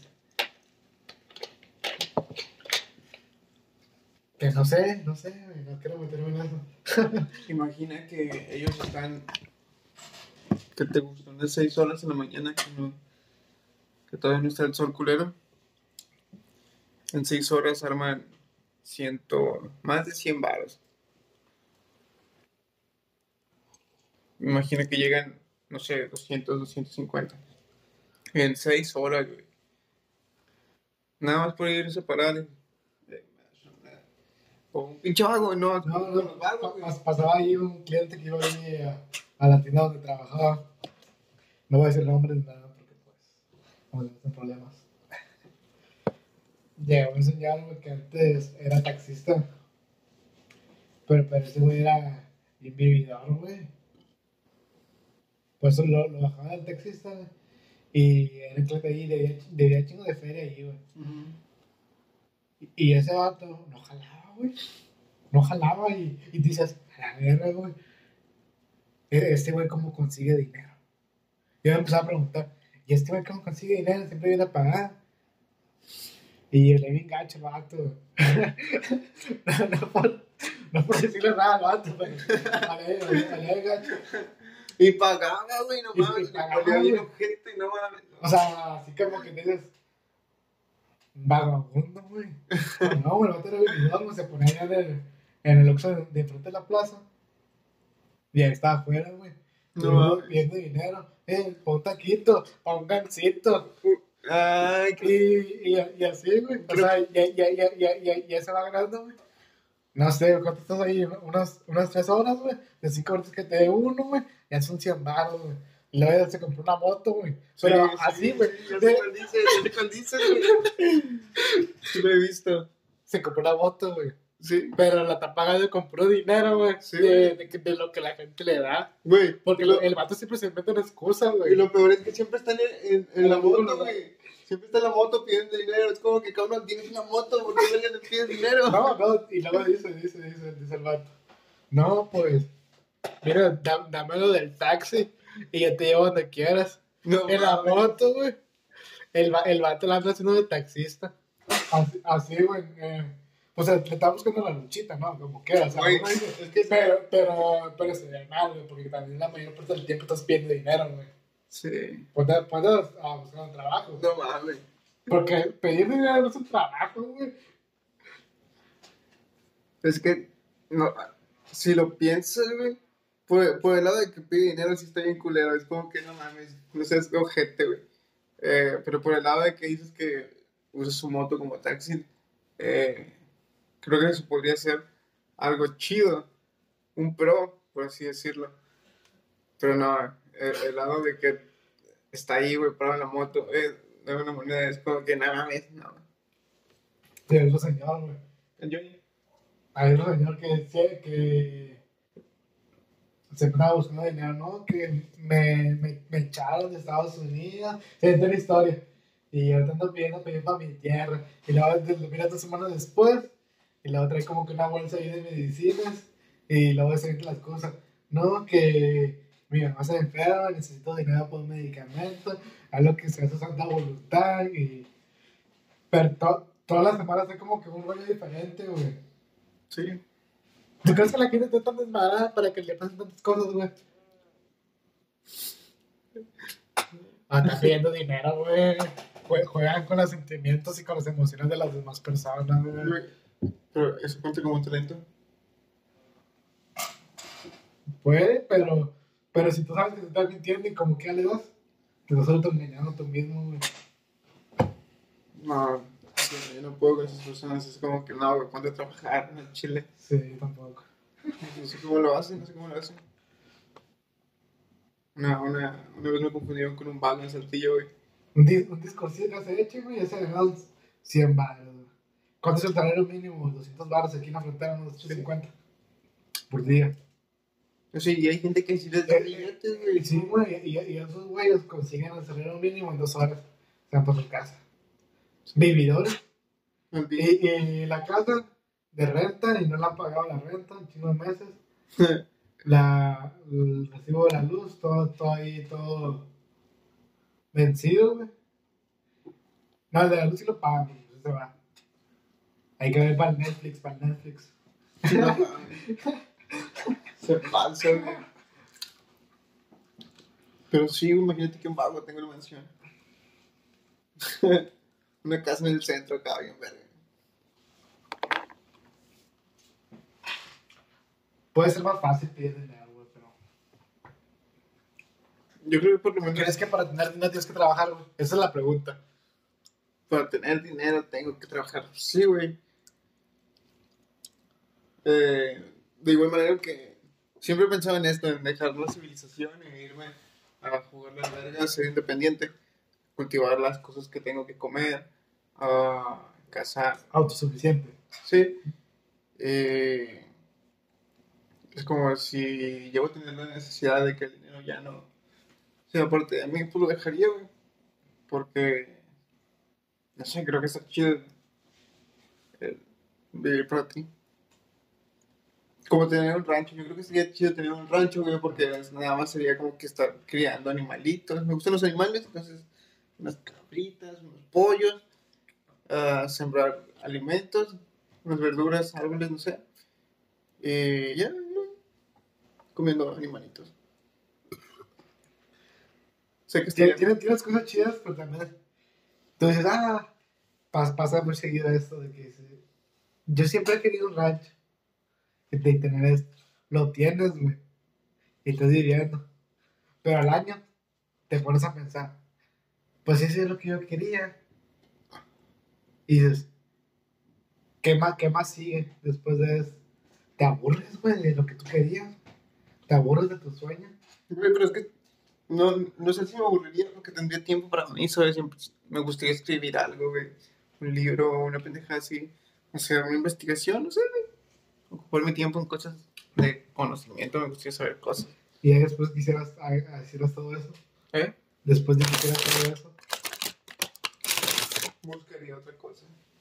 Que no sé, no sé, güey, no quiero meterme en eso. Imagina que ellos están... que te gustan unas seis horas en la mañana, que, no, que todavía no está el sol culero. En seis horas arman ciento... más de cien varos. Imagina que llegan, no sé, doscientos, doscientos cincuenta. En seis horas, güey. Nada más por irse a parar. eh, O un pinche vago, no. No, con no, los vagos, pa- güey. pas- pasaba ahí un cliente que iba ahí a, a la tienda donde trabajaba. No voy a decir nombres ni nada porque pues no me gustan problemas. Llegó un señor, güey, que antes era taxista. Pero, pero ese güey era bien vividor, güey. Por eso lo, lo bajaba del taxista, güey. Y era el cliente ahí, debía, debía chingo de feria ahí, güey. Ujú. Y, y ese vato no jalaba, güey. No jalaba y, y dices, a la verga, güey. E- Este güey, ¿cómo consigue dinero? Yo me empecé a preguntar, ¿y este güey cómo consigue dinero? Siempre viene a pagar. Y le bien gacho el vato. no, no, por, no por decirle nada al vato, pero vale, vale, vale, gacho. Y pagaba, güey, no Y- y mames. pagaba, Valía bien güey. ojete, no mames. O sea, así como que dices, vagabundo, güey. No, güey, el vato era vividor, güey, se ponía allá en el, en el Oxxo de, de frente de la plaza. Y ahí estaba afuera, güey. No No, mames. pidiendo dinero. Eh, pa' un taquito, pa' un gancito. Ay, Y, qué... y, y así, güey. O sea, ya, ya, ya, ya, ya, ya se va ganando, güey. No sé, ¿cuánto estás ahí? Unas, unas tres horas, güey. De cinco horas que te dé uno, güey. Ya son cien baros, güey. Y luego ya se compró una moto, güey. Pero Sí, así, sí, güey. sí, ya de- sé cuál dices, ya sé cuál dices, güey. Sí lo he visto. Se compró una moto, güey. Sí, Pero la está pagando con puro dinero, güey. Sí, de, güey. de, que- de lo que la gente le da. güey. Porque lo, el vato siempre se inventa una excusa, y güey. lo peor es que siempre están en, en, en En la la moto, moto, güey. Siempre está en la moto pidiendo dinero. Es como que, cabrón, tienes una moto, ¿por qué verga te pides dinero? No, no, y luego dice, dice, dice, dice el vato. No, pues, mira, dá- dámelo del taxi y yo te llevo donde quieras. No, En la mames. moto, güey. El, va- el vato la anda haciendo de taxista. Así, así, güey. eh, o sea, le está buscando la luchita, ¿no? Como quieras. O sea, Güey, uno dice, es que pero, pero, pero se ve mal, güey, porque también la mayor parte del tiempo estás pidiendo dinero, güey. Sí. Ponte, ponte a buscar un trabajo. No mames. Porque pedir dinero no es un trabajo, güey. Es que, no, si lo piensas, güey, por, por el lado de que pide dinero, sí está bien culero. Es como que no mames, no seas ojete, güey. Eh, pero por el lado de que dices que usas su moto como taxi, eh, creo que eso podría ser algo chido, un pro, por así decirlo. Pero no, el, el lado de que está ahí, güey, parado en la moto, eh, de una moneda, es como que nada mames, no. Sí, hay otro señor, güey. Yo, Hay otro señor que decía que se estaba buscando dinero, ¿no? Que me, me, me echaron de Estados Unidos. Es de la historia. Y ahorita ando pidiendo pedir para mi tierra. Y luego lo mira dos semanas después. Y luego trae como que una bolsa ahí de medicinas. Y luego se las cosas. No, que mi mamá se enferma, necesito dinero por un medicamento. Algo que se hace santa voluntad. Y... Pero to, todas las semanas hay como que un rollo diferente, güey. sí. ¿Tú crees que la gente está tan desmadrada para que le pasen tantas cosas, güey? Ah, están pidiendo dinero, güey. Jue- Juegan con los sentimientos y con las emociones de las demás personas, güey. Güey, pero eso cuenta como un talento. Puede, pero, pero si tú sabes que te estás mintiendo y como que le das, te estás autoengañando tú mismo, güey. No, yo, yo no puedo con esas personas. Es como que no, güey, ponte a trabajar en el Chile. Sí, tampoco. No sé cómo lo hacen, no sé cómo lo hacen. Una, una, una vez me confundieron con un vago en Saltillo, güey. Un, dis un discursillo que se eche, güey, ya se ha ganado cien baros, güey. ¿Cuánto es el salario mínimo? doscientos baros aquí en la frontera, unos ochocientos cincuenta por día. No sé, y hay gente que sí les da billetes, güey. Sí, güey, y, y esos güeyes consiguen el salario mínimo en dos horas. Se van por su casa. Vividores. Maldito. Y, y la casa de renta, y no le han pagado la renta en chino de meses. La, el recibo de la luz, todo, todo ahí, todo vencido, güey. No, el de la luz sí lo pagan, güey, eso se va. Hay que ver para el Netflix, para el Netflix. No mames. Se pasa, güey. Pero sí, imagínate que un vago tengo una mansión. Una casa en el centro acá, bien verga. Puede ser más fácil pedir dinero, güey, pero. Yo creo que por lo menos ¿Crees que para tener dinero tienes que trabajar, güey? Esa es la pregunta. para tener dinero tengo que trabajar. Sí, güey. Eh, de igual manera que siempre he pensado en esto, en dejar la civilización e irme a jugar la verga, ser independiente, cultivar las cosas que tengo que comer, a cazar. Autosuficiente. Sí. Eh, es como si llego a tener la necesidad de que el dinero ya no sea parte de mí, pues lo dejaría, güey. Porque, no sé, creo que está chido el vivir para ti. Como tener un rancho, yo creo que sería chido tener un rancho, güey, porque nada más sería como que estar criando animalitos. Me gustan los animales, entonces unas cabritas, unos pollos, uh, sembrar alimentos, unas verduras, árboles, no sé. Y ya, no, comiendo animalitos. Sé que estaría... Tienes, tienes cosas chidas, pero también. Tú dices, ah, pasa, pasa muy seguido esto de que dice, yo siempre he querido un rancho. De tener esto. Lo tienes, güey. Y estás viviendo. Pero al año te pones a pensar, pues eso es lo que yo quería. Y dices, ¿qué más, qué más sigue después de eso? Te aburres, güey, de lo que tú querías. Te aburres de tu sueño. Güey, pero es que no, no sé si me aburriría porque tendría tiempo para mí, ¿sabes? Siempre me gustaría escribir algo, güey. Un libro, una pendeja así. Hacer una investigación, no sé, güey. Ocupar mi tiempo en cosas de conocimiento, me gustaría saber cosas. Y ya después quisieras a, a hicieras todo eso. ¿Eh? Después de que hicieras todo eso. Buscaría otra cosa.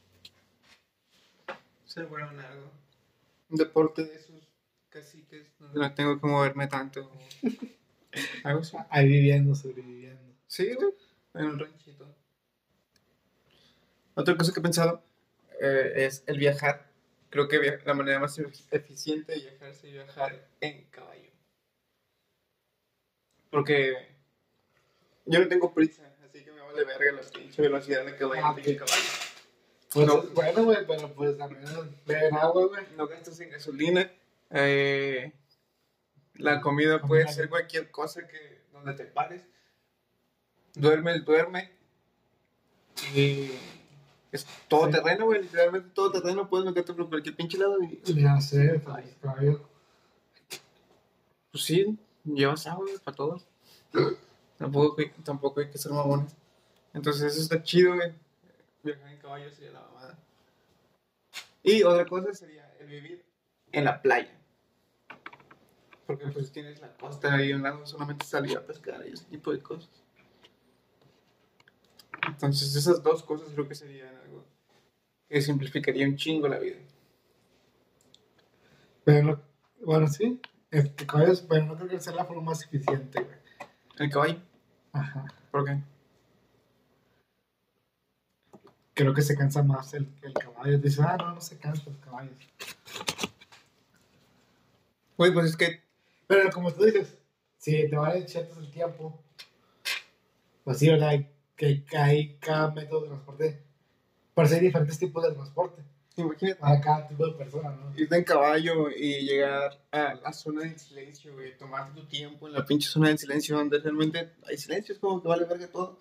Ser bueno en algo. Un deporte de esos caciques donde no tengo que moverme tanto. Algo así. Ahí viviendo, sobreviviendo. Sí, güey. En un ranchito. Otra cosa que he pensado eh, es el viajar. Creo que via- la manera más eficiente de viajar es viajar en caballo. Porque Yo no tengo prisa, así que me vale verga la pinche velocidad de que vaya Ah, el pinche ok. caballo. Pues No. es bueno, güey, pero pues también beben agua, güey. No gastas en gasolina. Eh, la comida Comen puede algo. ser cualquier cosa que donde te pares. Duermes, duerme. Y es todo Sí. terreno, güey. Literalmente todo terreno. Puedes meterte por cualquier pinche lado. Y, Ya sé, ay, pues, caballo. pues sí, llevas agua, güey, para todos. Tampoco, hay- tampoco hay que ser mamones. Entonces eso está chido, güey. Viajar en caballo sería la mamada. Y otra cosa sería el vivir en la playa. Porque pues tienes la costa ahí a un lado, solamente salir a pescar y ese tipo de cosas. Entonces esas dos cosas creo que serían algo que simplificaría un chingo la vida. Pero, no- bueno, sí, este, caballos, pero no creo que sea la forma más eficiente, güey. El caballo, Ajá. ¿por qué? Creo que se cansa más el, el caballo. Dice, ah, no, no se cansa los caballos. Güey, pues es que, Pero como tú dices, si te vale cierto el tiempo, pues sí, ¿verdad? Hay, que hay cada método de transporte. Por eso hay diferentes tipos de transporte. imagínate, Para cada tipo de persona, ¿no? irte en caballo y llegar a la zona del silencio, güey, tomarte tu tiempo en la pinche zona del silencio donde realmente hay silencio, es como que vale verga todo.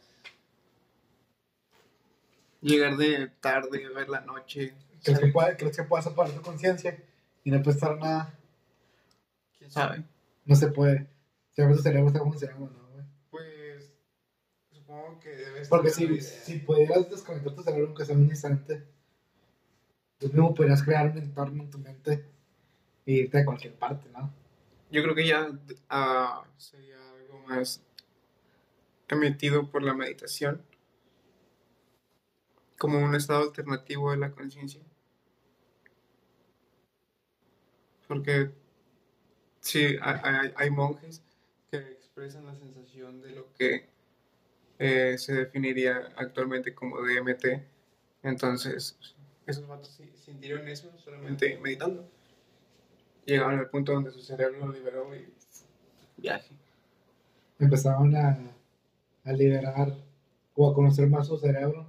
Llegar de tarde, ver la noche, ¿Crees que, salir, puede, ¿Crees que puedas apagar tu conciencia y no prestar nada? quién sabe. No se puede. Siempre tu cerebro está funcionando, ¿no, güey? Pues supongo que debes Porque tener una si, idea. si pudieras desconectar tu cerebro aunque sea un instante, tú mismo podrías crear un entorno en tu mente e irte a cualquier parte, ¿no? Yo creo que ya ah, sería algo más emitido por la meditación, como un estado alternativo de la conciencia. Porque sí, hay, hay- hay monjes que expresan la sensación de lo que eh, se definiría actualmente como D M T. Entonces, esos vatos sí- sintieron eso solamente meditando. Llegaron al punto donde su cerebro lo liberó y viaje. Empezaron a, a liberar o a conocer más su cerebro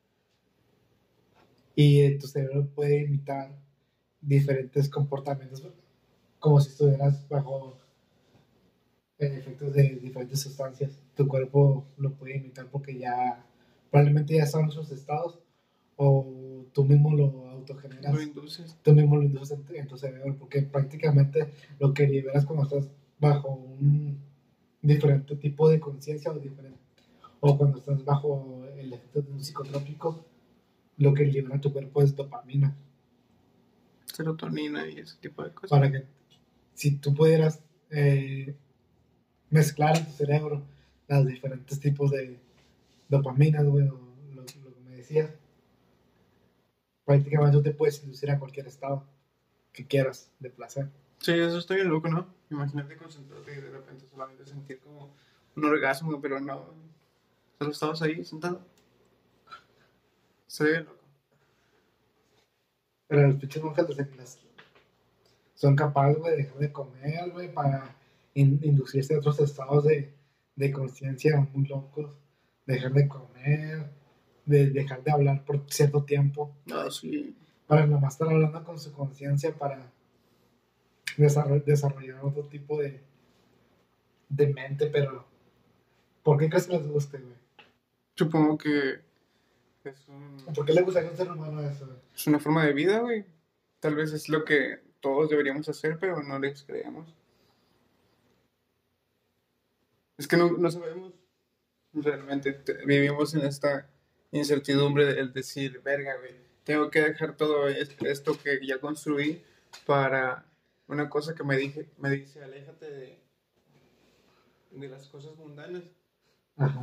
y eh, tu cerebro puede imitar diferentes comportamientos como si estuvieras bajo eh, efectos de diferentes sustancias. Tu cuerpo lo puede imitar porque ya probablemente ya son sus estados o tú mismo lo autogeneras, Lo induces. tú mismo lo induces en, en tu cerebro porque prácticamente lo que liberas cuando estás bajo un diferente tipo de conciencia o diferente o cuando estás bajo el efecto de un psicotrópico, lo que libera tu cuerpo es dopamina. Serotonina y ese tipo de cosas. Para que si tú pudieras eh, mezclar en tu cerebro los diferentes tipos de dopamina, güey, o lo, lo que me decías, prácticamente tú te puedes inducir a cualquier estado que quieras de placer. Sí, eso está bien loco, ¿no? Imagínate concentrarte y de repente solamente sentir como un orgasmo, pero no. Solo estabas ahí sentado. Está bien loco. Pero los pinches monjes las- las- son capaces, güey, de dejar de comer, güey, para in- inducirse a otros estados de, de conciencia muy locos, dejar de comer, de dejar de hablar por cierto tiempo, No, sí. para nomás estar hablando con su conciencia para desarroll- desarrollar otro tipo de, de mente, pero ¿por qué crees que les guste, güey? Supongo que es, un, ¿Por qué le gustaría a un ser humano eso, güey? es una forma de vida, güey. Tal vez es lo que todos deberíamos hacer, pero no les creemos. Es que no, no sabemos realmente. Te- vivimos en esta incertidumbre del decir, verga, güey. Tengo que dejar todo es- esto que ya construí para una cosa que me, dije, me dice, aléjate de, de las cosas mundanas. Ajá.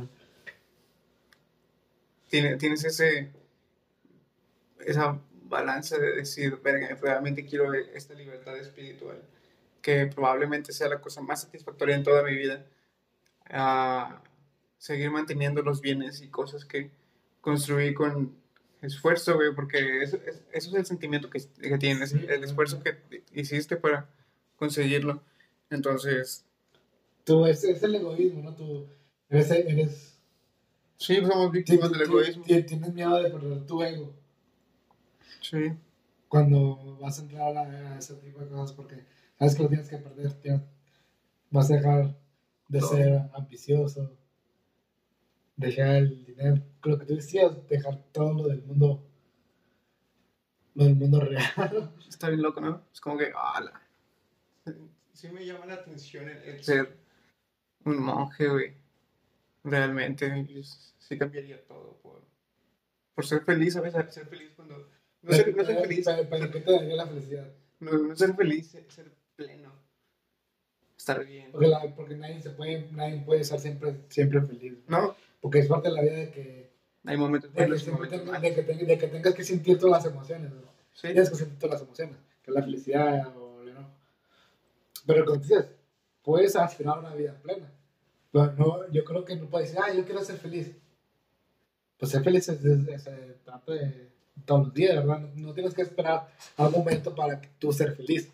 Tiene- Tienes ese, esa balanza de decir, verga, realmente quiero esta libertad espiritual, que probablemente sea la cosa más satisfactoria en toda mi vida, a seguir manteniendo los bienes y cosas que construí con esfuerzo, güey, porque eso, es- eso es el sentimiento que, que tienes, Sí, el esfuerzo que hiciste para conseguirlo. Entonces, Tú, es, es el egoísmo, ¿no? Tu, Eres, eres, Sí, somos ti- víctimas ti- del ti- egoísmo. ti- tienes miedo de perder tu ego Sí. cuando vas a entrar a, a ese tipo de cosas porque sabes que lo tienes que perder, tienes- vas a dejar de Todo. ser ambicioso, dejar el dinero, lo que tú decías, dejar todo lo del mundo, lo del mundo real. Está bien loco, ¿no? Es como que, ala. Sí me llama la atención el, el ser un monje, güey. Realmente, yo sí cambiaría todo por, por ser feliz, ¿sabes? Ser feliz cuando... No ser, no ser feliz, Pero, pero, ¿qué te daría la felicidad? no, no ser feliz, ser, ser pleno, estar bien. Porque, la, porque nadie, se puede, nadie puede estar siempre, siempre feliz. No, Porque es parte de la vida de que, hay momentos de que, buenos y siempre momentos tengas, malos. de, que tengas, de que tengas que sentir todas las emociones. ¿No? Sí, Tienes que sentir todas las emociones, que es la felicidad o el enojo. Pero como decías, puedes aspirar a una vida plena. Pero no, yo creo que no puedes decir, ah, yo quiero ser feliz. Pues ser feliz es, es, es, se trata de todos los días, ¿verdad? No, no tienes que esperar a un momento para que tú ser feliz.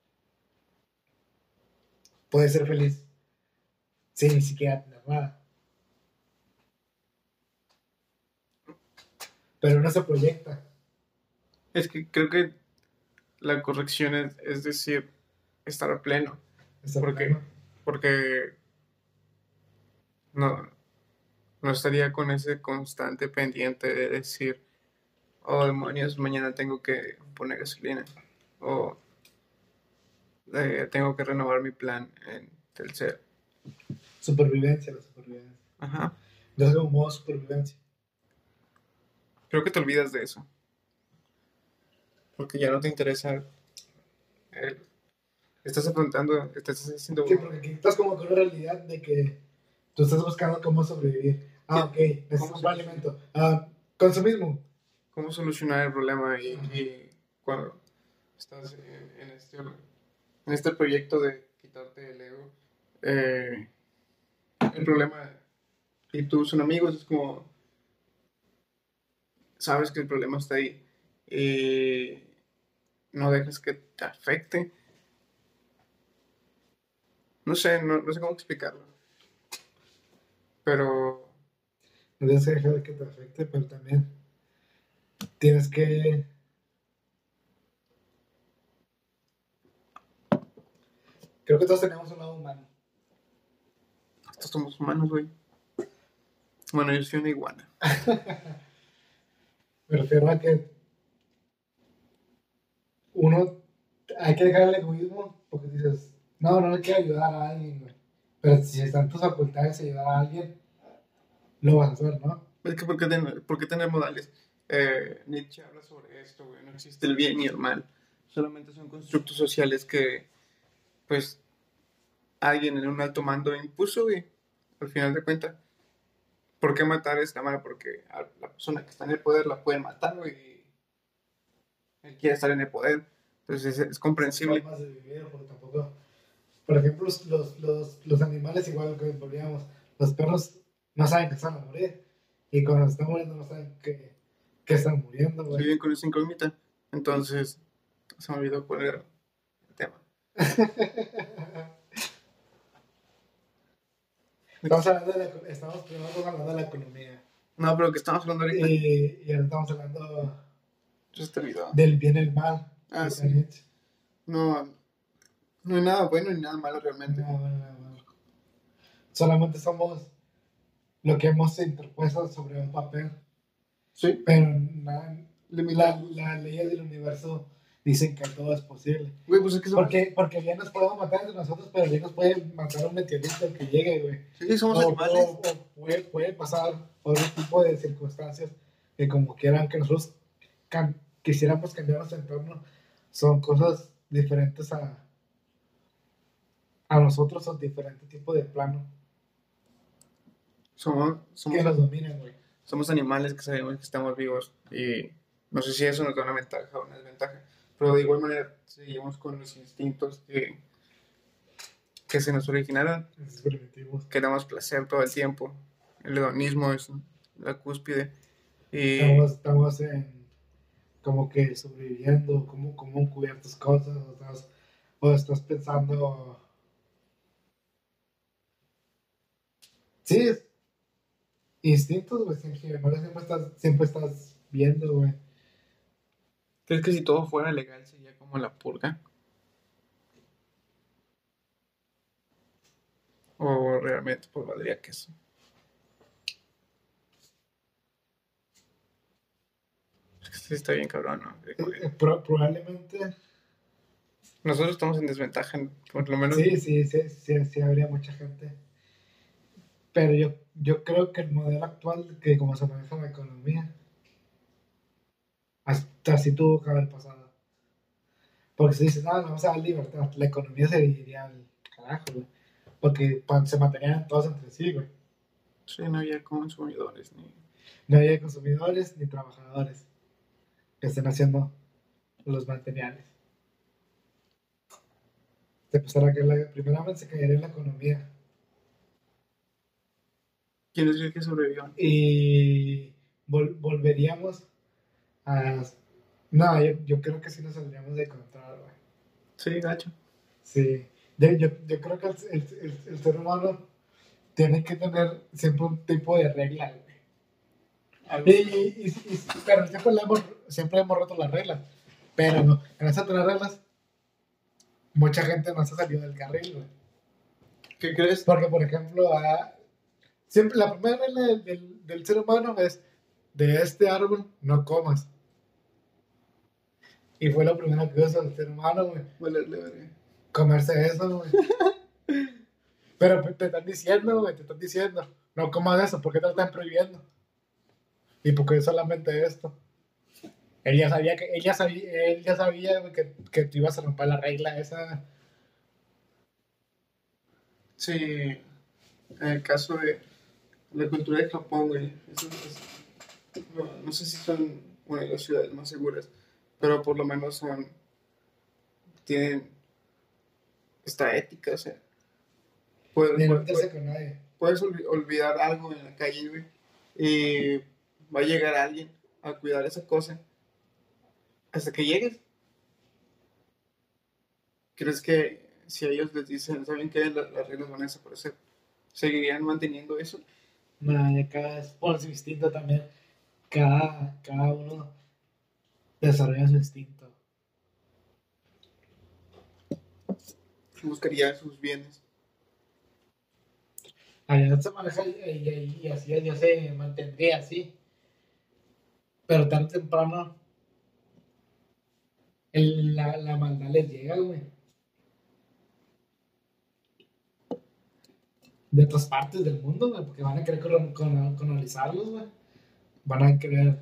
Puedes ser feliz sin ni siquiera tener nada. Pero no se proyecta. es que creo que la corrección es, es decir, estar pleno. Estar Porque, pleno. porque no, no estaría con ese constante pendiente de decir, oh demonios, mañana tengo que poner gasolina. O eh, tengo que renovar mi plan en Telcel. Supervivencia, la supervivencia. Ajá. Yo soy un modo supervivencia. Creo que te olvidas de eso. Porque ya no te interesa. el- estás afrontando, estás haciendo. Sí, porque aquí estás como con una realidad de que tú estás buscando cómo sobrevivir. Ah, ok, necesito ¿Cómo comprar se- alimento. Ah, consumismo. cómo solucionar el problema y, y cuando estás en, en este, en este proyecto de quitarte el ego, eh, el problema y tú son amigos, es como sabes que el problema está ahí y no dejas que te afecte. No sé, no, no sé cómo explicarlo, pero No tienes que dejar de que te afecte, pero también tienes que. Creo que todos tenemos un lado humano. estos somos humanos, güey. Bueno, yo soy una iguana. Me refiero a que uno hay que dejar el egoísmo porque dices, no, no le quiero ayudar a alguien, güey. Pero si están tus facultades de ayudar a alguien, lo vas a hacer, ¿no? Es que, ¿por qué, ten- por qué tener modales? Eh, Nietzsche habla sobre esto, güey. No existe el bien ni el mal. Solamente son constructos sociales que, pues, alguien en un alto mando impuso, güey. Al final de cuentas, ¿por qué matar está mal? Porque a la persona que está en el poder la pueden matar, güey. Y él quiere estar en el poder. Entonces es, es comprensible. Formas de vivir, porque tampoco. Por ejemplo, los, los, los, los animales, igual que volvíamos, los perros no saben que están a morir. Y cuando se están muriendo, no saben que, que están muriendo, güey. Viven con esa incógnita. Entonces, se me olvidó cuál era el tema. Estamos hablando de la, estamos primero hablando de la economía. No, pero que estamos hablando ahorita. Y, y ahora estamos hablando Ya se te olvidó. del bien y el mal. Ah, que sí. se han hecho. No, no hay nada bueno ni nada malo realmente. No, no, no, no. Solamente somos lo que hemos interpuesto sobre un papel. Sí. Pero na- la, Limitado. las leyes del universo dicen que todo es posible. Güey, pues es que somos, Porque, porque bien nos podemos matar entre nosotros, pero bien nos puede matar un meteorito que llegue, güey. sí, somos O, animales. o- o puede, puede pasar otro tipo de circunstancias que como quieran que nosotros cam- quisiéramos cambiar nuestro entorno, son cosas diferentes a, a nosotros, son diferentes tipos de plano Somos, somos, que nos dominan, güey. somos animales que sabemos que estamos vivos y no sé si eso nos da una ventaja o una desventaja, pero de igual manera seguimos con los instintos que, que se nos originaron. Es primitivo. Queremos placer todo el tiempo. El hedonismo es la cúspide. Y Estamos, estamos en como que sobreviviendo, como, como cubiertas cosas, o estás, o estás pensando Sí, es instintos, güey. Siempre, siempre estás, siempre estás viendo, güey. ¿Crees que si todo fuera legal sería como la purga? ¿O realmente pues valdría que eso? Es que sí está bien cabrón, ¿no? De Eh, que eh, pro- probablemente, nosotros estamos en desventaja, por lo menos. sí, sí, sí, sí, sí habría mucha gente. Pero yo, yo creo que el modelo actual, que como se maneja la economía, hasta así tuvo que haber pasado. Porque si dices, no, no vamos a dar libertad, la economía se dividiría al carajo, güey. Porque pa- se matarían todos entre sí, güey. Sí, no había consumidores ni... No había consumidores ni trabajadores que estén haciendo los materiales. Se empezará a caer la, primeramente se caería la economía. ¿Quién es el que sobrevivió? Y vol- volveríamos a... No, yo, yo creo que sí nos saldríamos de control, güey. Sí, gacho. Sí. Yo, yo, yo creo que el, el, el, el ser humano tiene que tener siempre un tipo de regla, güey. Algo. Y, y, y, y- pero siempre, le hemos, siempre hemos roto las reglas. Pero no, en esas tres reglas, mucha gente no se salió del carril, güey. ¿Qué crees? Porque, por ejemplo, a, siempre, la primera regla del, del, del ser humano es: de este árbol no comas. Y fue lo primero que hizo el ser humano, güey. Valerle, verga. Comerse eso, güey. Pero te están diciendo, güey, te están diciendo, no comas eso, ¿por qué te lo están prohibiendo? Y porque solamente esto. Él ya sabía que, él ya sabía, él ya sabía, güey, que, que tú ibas a romper la regla esa. Sí, en el caso de la cultura de Japón, güey, eso es- no, no sé si son una de las ciudades más seguras, pero por lo menos son, tienen esta ética, o sea, puedes, Ni no puedes, meterse con nadie. puedes olvi- olvidar algo en la calle, güey, y va a llegar alguien a cuidar esa cosa hasta que llegues. ¿Crees que si a ellos les dicen, saben que la- las reglas van a desaparecer, seguirían manteniendo eso? No, y acá es por su instinto también. Cada, cada uno desarrolla su instinto. Buscaría sus bienes. Allá se maneja y, y- y así ya se mantendría así. Pero tarde o temprano el- la, la maldad les llega, güey. De otras partes del mundo, güey, porque van a querer colon- colon- colonizarlos, güey. Van a querer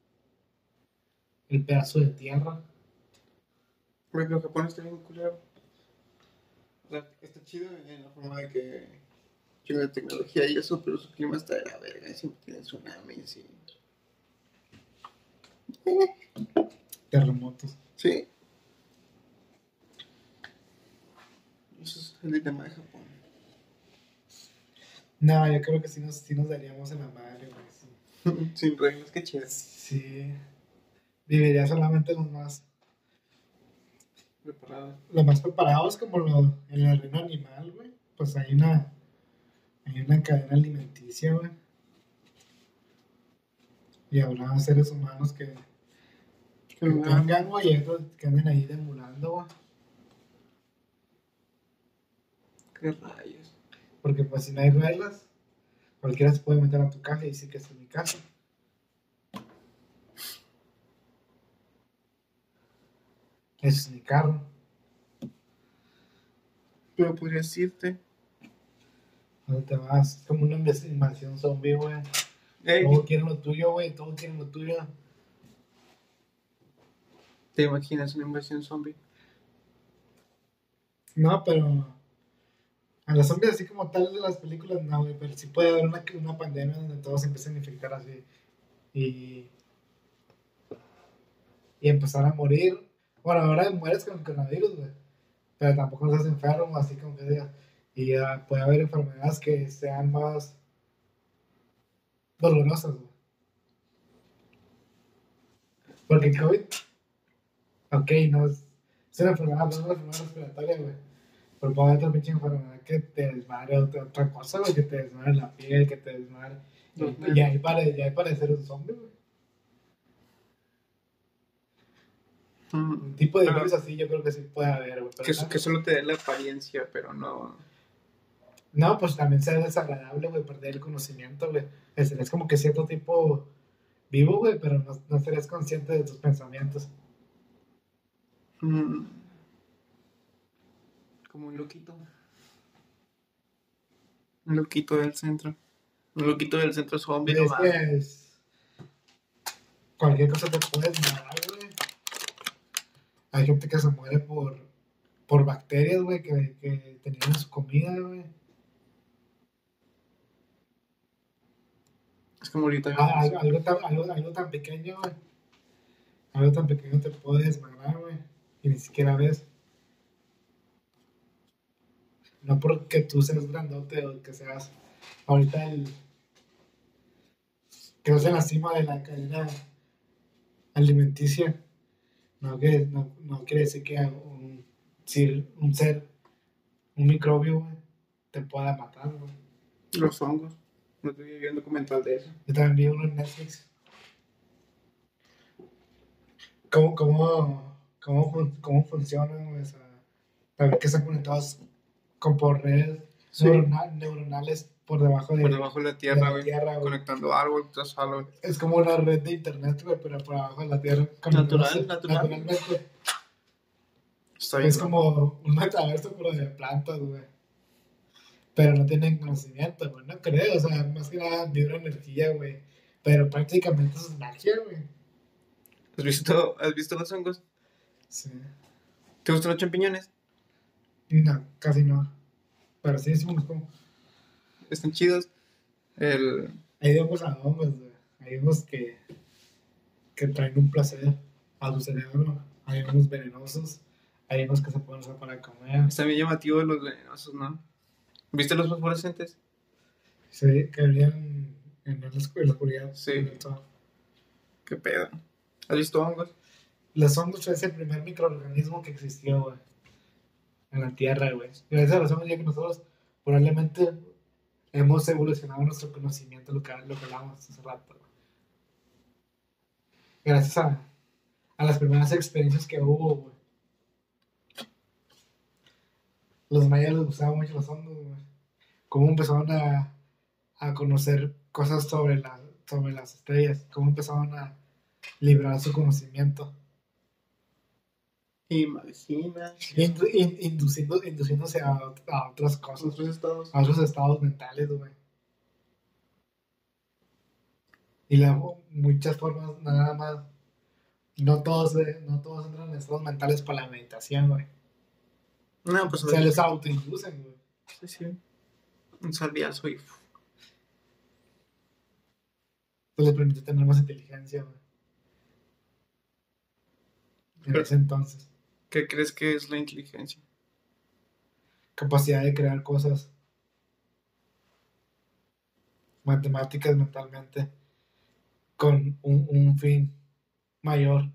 el pedazo de tierra. Güey, pero Japón está bien culero. O sea, está chido en la forma de que tiene la tecnología y eso, pero su clima está de la verga. Siempre tiene tsunamis y... Terremotos. Sí, eso es el tema de Japón. No, yo creo que sí nos, sí nos daríamos en la madre, güey. Sí. Sin reglas, qué chido. Sí. Viviría solamente los más, Preparado. los más preparados, como lo, en el reino animal, güey. Pues hay una, hay una cadena alimenticia, güey. Y habrá seres humanos que, que tengan, güey, y otros que anden ahí demulando, güey. Qué rayos. Porque pues si no hay reglas, cualquiera se puede meter a tu casa y decir que es mi casa. Ese es mi carro. Pero podrías irte. ¿Dónde te vas? Es como una invasión zombie, güey. Ey, Todos quieren lo tuyo, güey. Todos quieren lo tuyo. ¿te imaginas una invasión zombie? No, pero a los zombies así como tal de las películas, no, güey. Pero sí puede haber una, una pandemia donde todos se empiezan a infectar así. Y, y empezar a morir. Bueno, ahora mueres con el coronavirus, güey. Pero tampoco estás enfermo, así como que diga. Y uh, puede haber enfermedades que sean más dolorosas, güey. Porque el COVID, ok, no es, es una enfermedad, no es una enfermedad respiratoria, güey. Pero puede haber otra pinche enfermedad que te desmadre otra, otra cosa, güey, que te desmadre la piel, que te desmadre. Los Y, y ahí para, y ahí para ser un zombie, güey. Mm, Un tipo de pero virus así yo creo que sí puede haber, güey. que, Pero no, que solo te dé la apariencia, pero no. no, pues también sea desagradable, güey, perder el conocimiento, güey. Es, es como que cierto tipo vivo, güey, pero no, no serías consciente de tus pensamientos. Mm, como un loquito. Un loquito del centro. Un loquito del centro zombie, Güey, no es que mames. es- cualquier cosa te puede desmadrar, güey. Hay gente que se muere por, por bacterias, güey, que, que tenían en su comida, güey. Es como ahorita Ah, vemos. algo, algo tan, algo, algo tan pequeño, güey. Algo tan pequeño te puede desmadrar, güey. Y ni siquiera ves. No porque tú seas grandote o que seas ahorita el que no sea en la cima de la cadena alimenticia. No, que, no, no quiere decir que un, si un ser, un microbio, güey, te pueda matar, güey. Los hongos. No estoy viendo documental de eso. Yo también vi uno en Netflix. ¿Cómo, cómo, cómo, fun- cómo funcionan, güey? O sea, para ver que están conectados con por redes Sí. neurona- neuronales por debajo de, Por debajo de la de tierra, la güey. tierra, güey. Conectando árbol tras árbol. Es como una red de internet, güey, pero por abajo de la tierra. Natural, conectándose natural. Naturalmente. Está bien. Es como un metaverso, pero de plantas, güey. Pero no tienen conocimiento, güey. No creo, o sea, más que nada vibra energía, güey. Pero prácticamente eso es magia, güey. ¿Has visto, ¿Has visto los hongos? Sí. ¿Te gustan los champiñones? No, casi no. Pero sí, sí me gustó. Están chidos. El... Hay hongos a hongos, güey. Hay hongos que, que traen un placer a tu cerebro. Hay hongos venenosos. Hay hongos que se pueden usar para comer. Está bien llamativo los venenosos, ¿no? ¿Viste los fosforescentes? Sí, que vivían en la oscu- en la oscuridad. Sí. sobre todo. ¿Qué pedo? ¿Has visto hongos? Los hongos es el primer microorganismo que existió, güey. En la Tierra, güey. Gracias a los hongos, ya que nosotros probablemente hemos evolucionado nuestro conocimiento, lo que, lo que hablábamos hace rato, güey. Gracias a, a las primeras experiencias que hubo, güey. Los mayas les gustaban mucho los hongos, güey. Cómo empezaron a, a conocer cosas sobre, la, sobre las estrellas. Cómo empezaron a librar su conocimiento. Imagina. Indu- in- induciendo, induciéndose a, a otras cosas. Otros estados. A otros estados mentales, güey. Y luego, muchas formas, nada más. No todos, eh, no todos entran en estados mentales para la meditación, güey. No, pues Se les autoinducen, güey. Sí, sí. Un salviazo y... Eso les permite tener más inteligencia, güey. En Pero- ese entonces. ¿Qué crees que es la inteligencia? Capacidad de crear cosas. Matemáticas mentalmente. Con un, un fin mayor.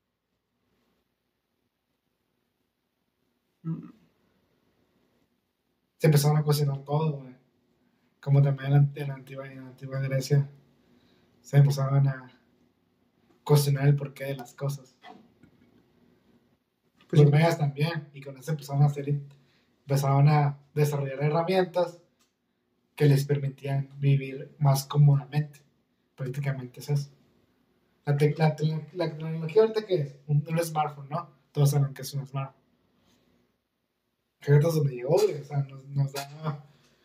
Mm, Se empezaron a cuestionar todo, güey. Como también en la, en la antigua, en la antigua Grecia. Se empezaban a cuestionar el porqué de las cosas. Pues Los sí. mayas también. Y con eso empezaron a hacer, empezaron a desarrollar herramientas que les permitían vivir más cómodamente. Prácticamente es eso. La, te- la, te- la tecnología ahorita que es un, un smartphone, ¿no? Todos saben que es un smartphone. Fíjate donde llegó, güey. O sea, nos, nos da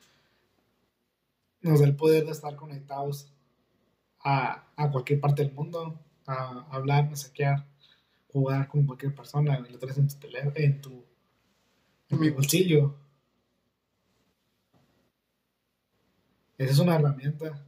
nos da el poder de estar conectados a, a cualquier parte del mundo, a hablar, mensajear, jugar con cualquier persona, lo traes en tu teléfono, en tu, en Mi- tu bolsillo. Esa es una herramienta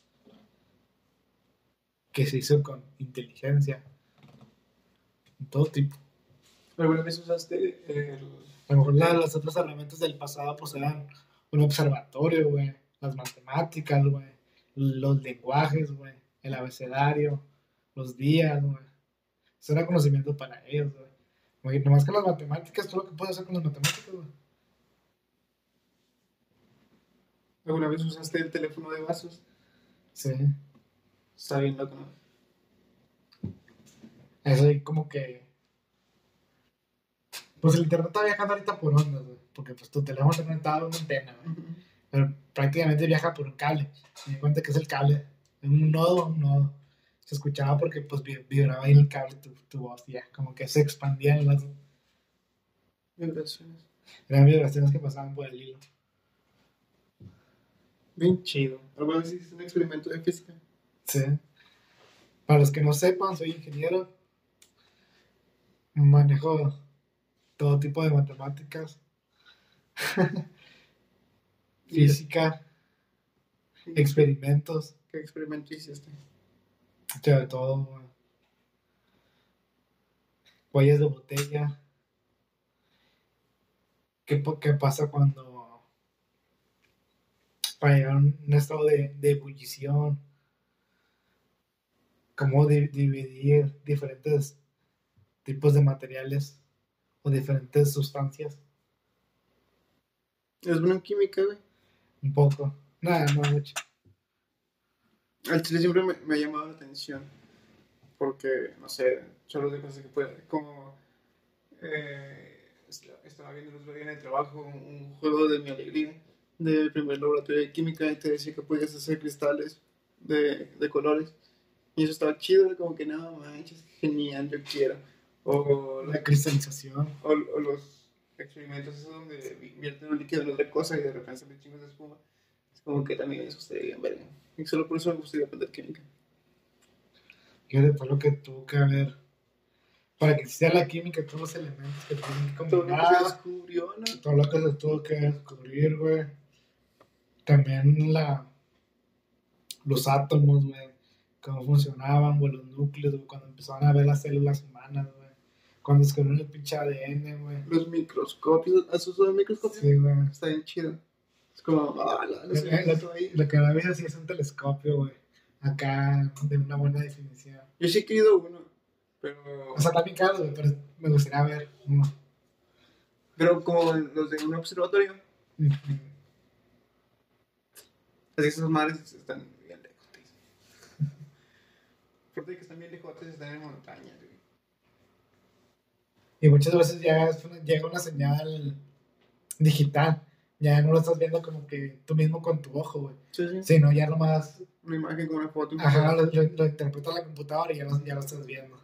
que se hizo con inteligencia, de todo tipo. ¿Alguna vez usaste el... A lo mejor la- las otras herramientas del pasado pues eran un observatorio, güey, las matemáticas, güey, los lenguajes, güey, el abecedario, los días, güey. Eso era conocimiento para ellos, güey. Güey, nomás que las matemáticas, todo lo que puedes hacer con las matemáticas, güey. ¿Alguna vez usaste el teléfono de vasos? Sí. Está bien loco, ¿no? Eso ahí como que... Pues el internet está viajando ahorita por ondas, güey. Porque pues tu teléfono está conectado a una antena, güey. Ujú. Pero prácticamente viaja por un cable. Me di cuenta que es el cable. Es un nodo, un nodo. Se escuchaba porque pues vi- vibraba ahí en el cable tu, tu voz, y ya. Como que se expandían las... Vibraciones. Eran vibraciones que pasaban por el hilo. Bien chido. ¿Alguna vez hiciste un experimento de física? Sí. Para los que no sepan, soy ingeniero. Manejo todo tipo de matemáticas, física, experimentos, ¿Qué experimento hiciste? de todo, güey. Cuellos de botella. ¿Qué, po- qué pasa cuando para llegar a un un estado de, de ebullición? ¿Cómo di- dividir diferentes tipos de materiales o diferentes sustancias? Es bueno en química, güey. Un poco. Nada, no mucho. Al chile siempre me, me ha llamado la atención. Porque, no sé, solo de cosas que puede. Como. Eh, est- estaba viendo el otro día en el trabajo un, un juego de mi alegría. Del primer laboratorio de química. Y te decía que podías hacer cristales de, de colores. Y eso estaba chido. Como que no manches, genial, yo quiero. O los, La cristalización. o, o los experimentos esos donde vierten un líquido en otra cosa y de repente salen chingos de espuma. Es como que también eso estaría bien verga. Y solo por eso me gustaría aprender química. Fíjate todo lo que tuvo que haber para que existiera la química, todos los elementos que tienen que Todo lo que se combinar, descubrió, ¿no? todo lo que se tuvo que descubrir, güey. También la, los átomos, güey, cómo funcionaban, güey, los núcleos, güey, cuando empezaban a ver las células humanas, güey. Cuando descubrieron el pinche A D N, güey. Los microscopios. ¿Has usado el microscopio? Sí, güey. Está bien chido. Es como, ah, la, Lo, no sé, lo- eso ahí. lo que ahora ves así es un telescopio, güey. Acá, de una buena definición. Yo sí he querido uno, pero. O sea, está bien caro, güey, pero me gustaría ver uno. Pero como los de un observatorio. Ujú. Así que esas madres están bien lejos. Aparte de que están bien lejos, están en montaña, güey. Y muchas veces ya es una- llega una señal digital. Ya no lo estás viendo como que tú mismo con tu ojo, güey. Sí, sí. Sino ya nomás, Una imagen con una foto. ajá, lo, lo- lo interpreta la computadora y ya lo, ya lo estás viendo.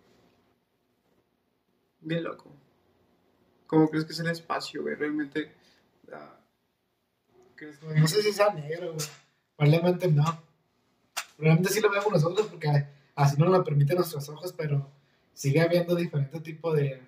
Bien loco. ¿Cómo crees que es el espacio, güey? Realmente. ah, ¿crees que- No sé si sea negro, güey. Probablemente no. Probablemente sí lo vemos nosotros porque así nos lo permiten nuestros ojos, pero sigue habiendo diferentes tipos de...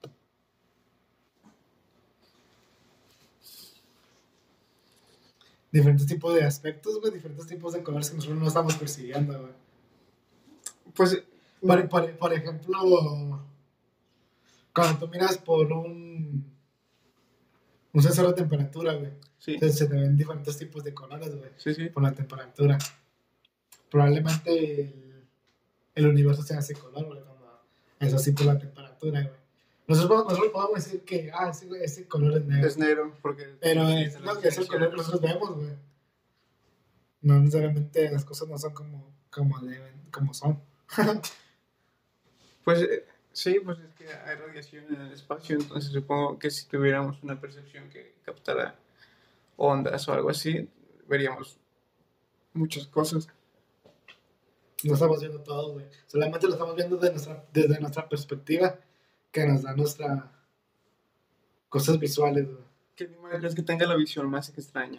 Diferentes tipos de aspectos, güey, diferentes tipos de colores que nosotros no estamos percibiendo, güey. Pues. Por, por, por ejemplo, cuando tú miras por un, un sensor de temperatura, güey, Sí, entonces se te ven diferentes tipos de colores, güey, sí, sí. por la temperatura. Probablemente el, el universo sea ese color, güey, cuando es así por la temperatura, güey. Nosotros, podemos- nosotros podemos decir que, ah, ese, ese color es negro, Es negro, porque. pero es es, la lo que es el color que nosotros vemos, güey. No necesariamente las cosas no son como, como, deben, como son. Pues eh, sí, pues es que hay radiación en el espacio, entonces supongo que si tuviéramos una percepción que captara ondas o algo así, veríamos muchas cosas. No estamos viendo todo, güey. Solamente lo estamos viendo de nuestra, desde nuestra perspectiva, que nos da nuestras cosas visuales, güey. ¿Qué animal crees que tenga la visión más extraña?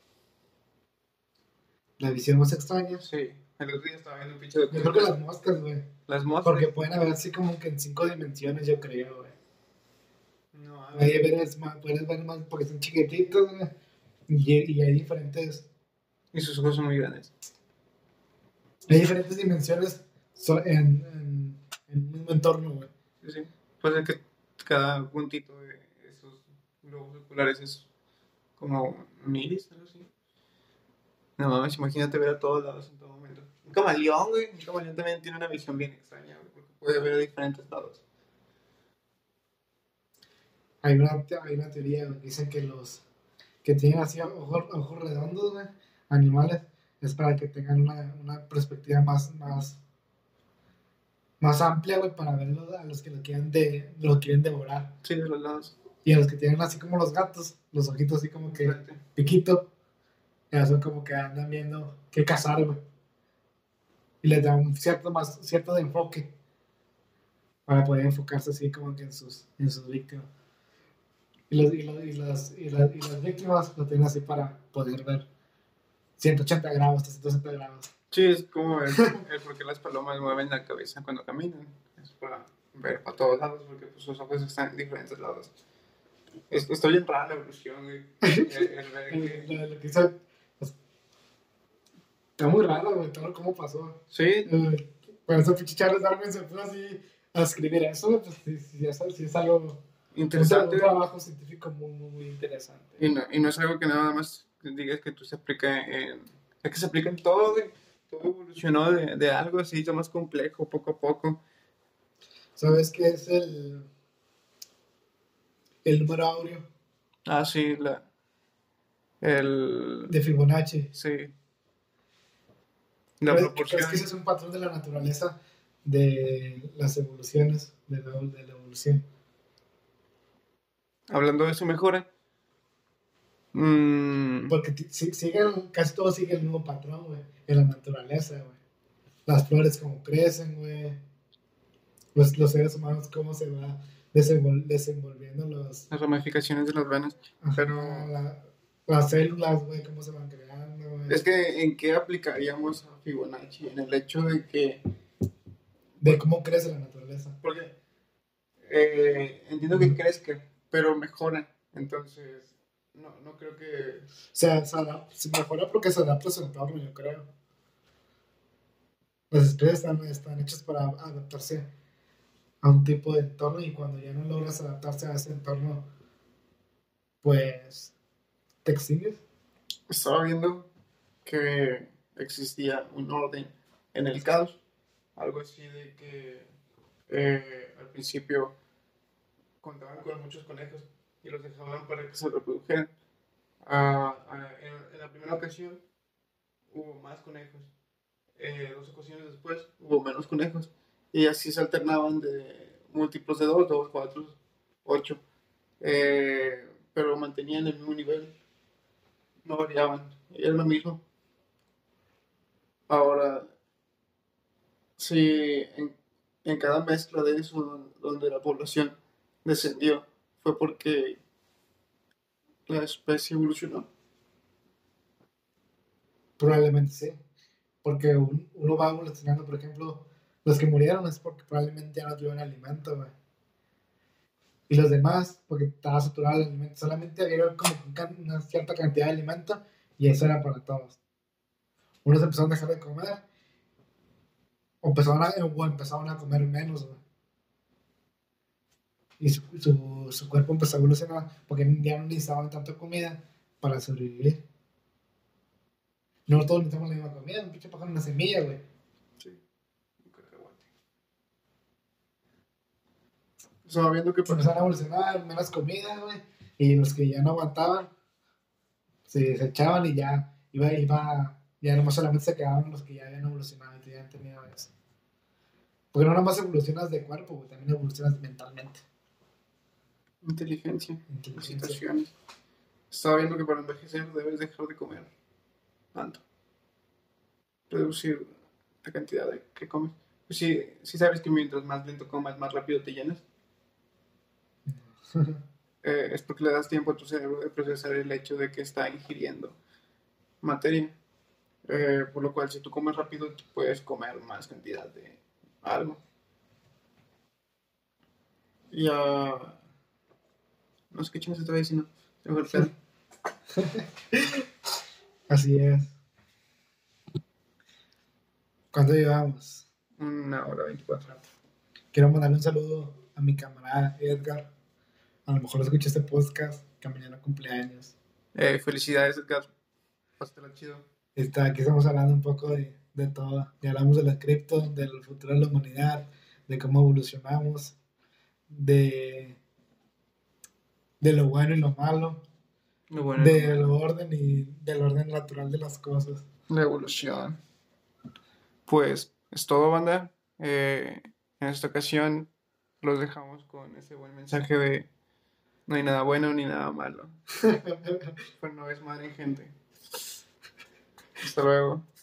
La visión más extraña. Sí, el otro día estaba viendo un pinche Yo creo que documental. las moscas, güey. Las moscas. Porque pueden haber así como que en cinco dimensiones, yo creo, güey. No, a Ahí ver. ves más, puedes ver más porque son chiquititos, güey. Y, y hay diferentes, Y sus ojos son muy grandes. hay diferentes dimensiones so- en, en, en un mismo entorno, güey. Sí, sí. Pues es que cada puntito de esos globos oculares es como miris, algo así. No mames, imagínate ver a todos lados en todo momento. Un camaleón, güey. Un camaleón también tiene una visión bien extraña, güey, porque puede ver a diferentes lados. Hay una, te- hay una teoría, güey, que dice que los que tienen así ojos, ojos redondos, güey, animales, es para que tengan una, una perspectiva más, más, más amplia, güey, para ver a los que lo quieren, de, lo quieren devorar. Sí, de los lados. Y a los que tienen así como los gatos, los ojitos así como que Frente. piquito, ya son como que andan viendo qué cazar, güey. Y les da un cierto, más, cierto de enfoque para poder enfocarse así como que en sus, en sus víctimas. Y, los, y, los, y, las, y, las, y las víctimas lo tienen así para poder ver ciento ochenta grados, trescientos sesenta grados. Sí, es como el, el por qué las palomas mueven la cabeza cuando caminan. Es para ver para todos lados, porque pues, sus ojos están en diferentes lados. Es, estoy en rara la evolución, güey. El, el ver que... Lo, lo que hizo, pues, está muy raro, güey, todo cómo pasó. Sí. Eh, Por eso pinche Charles Darwin se puso así a escribir eso, pues sí, sí, es, sí es algo Interesante. Un trabajo científico muy, muy, muy interesante. Y no, y no es algo que nada más digas que tú se aplica en... Es que se aplica en todo, güey. Todo evolucionó de, de algo así, ya más complejo, poco a poco. ¿Sabes qué es el, el número áureo? Ah, sí, la... El... De Fibonacci. Sí. La ¿Crees, proporción. ¿Crees que ese es un patrón de la naturaleza de las evoluciones, de la, de la evolución? Hablando de su mejora. Mmm... Porque t- si- siguen, casi todo sigue el mismo patrón, güey, en la naturaleza, güey. Las flores como crecen, güey. Los, los seres humanos cómo se va desenvol- desenvolviendo los... Las ramificaciones de las venas. Ajá, Pero... la- las células, güey, cómo se van creando, güey. Es que, ¿en qué aplicaríamos a Fibonacci? En el hecho de que... De cómo crece la naturaleza. Porque eh, entiendo que crezca, pero mejora. Entonces, no, no creo que... O sea, se, adap- se mejora porque se adapta a su entorno, yo creo. Las especies están, están hechas para adaptarse a un tipo de entorno y cuando ya no logras adaptarse a ese entorno, pues te extingues. Estaba viendo que existía un orden en el caos. Algo así de que eh, al principio contaban con muchos conejos y los dejaban para que se reprodujeran. Ah, ah, en, en la primera ocasión hubo más conejos. Eh, dos ocasiones después hubo menos conejos. Y así se alternaban de múltiplos de dos, dos, cuatro, ocho. Eh, pero mantenían el mismo nivel. No variaban. Era lo mismo. Ahora, si en, en cada mezcla de eso, don- donde la población descendió, fue porque la especie evolucionó. Probablemente sí. Porque un- uno va evolucionando, por ejemplo, los que murieron es porque probablemente ya no tuvieron alimento, güey. Y los demás, porque estaba saturado el alimento. Solamente había como un can- una cierta cantidad de alimento y eso era para todos. Unos empezaron a dejar de comer o empezaron a, o empezaron a comer menos, güey. Y su, su, su cuerpo empezó a evolucionar porque ya no necesitaban tanta comida para sobrevivir. No todos necesitamos la misma comida, un pinche pájaro, una semilla, güey. Sí, un cacahuate. Estaba viendo que Se empezaron a evolucionar, menos comida, güey. Y los que ya no aguantaban, se desechaban y ya iba, iba, ya nomás solamente se quedaban los que ya habían evolucionado y que ya han tenido eso. Porque no nomás evolucionas de cuerpo, güey, también evolucionas mentalmente. inteligencia, Inteligencia. situaciones. Estaba viendo que para envejecer debes dejar de comer tanto. Reducir la cantidad de que comes. Pues sí, sí sabes que mientras más lento comas, más rápido te llenas. Eh, es porque le das tiempo a tu cerebro de procesar el hecho de que está ingiriendo materia. Eh, por lo cual, si tú comes rápido, tú puedes comer más cantidad de algo. Y ah, no sé qué chingas estaba diciendo. Se me fue el pedo. Así es. ¿Cuánto llevamos? Una hora veinticuatro. Quiero mandarle un saludo a mi camarada Edgar. A lo mejor escuché este podcast, que mañana cumpleaños. Eh, felicidades, Edgar. Pásatela chido. Está, aquí estamos hablando un poco de, de todo. Ya hablamos de la cripto, del futuro de la humanidad, de cómo evolucionamos, de, de lo bueno y lo malo. Lo bueno y lo del malo. orden y del orden natural de las cosas. La evolución. Pues es todo, banda. Eh, en esta ocasión los dejamos con ese buen mensaje de no hay nada bueno ni nada malo. Pero no es madre, gente. Hasta luego.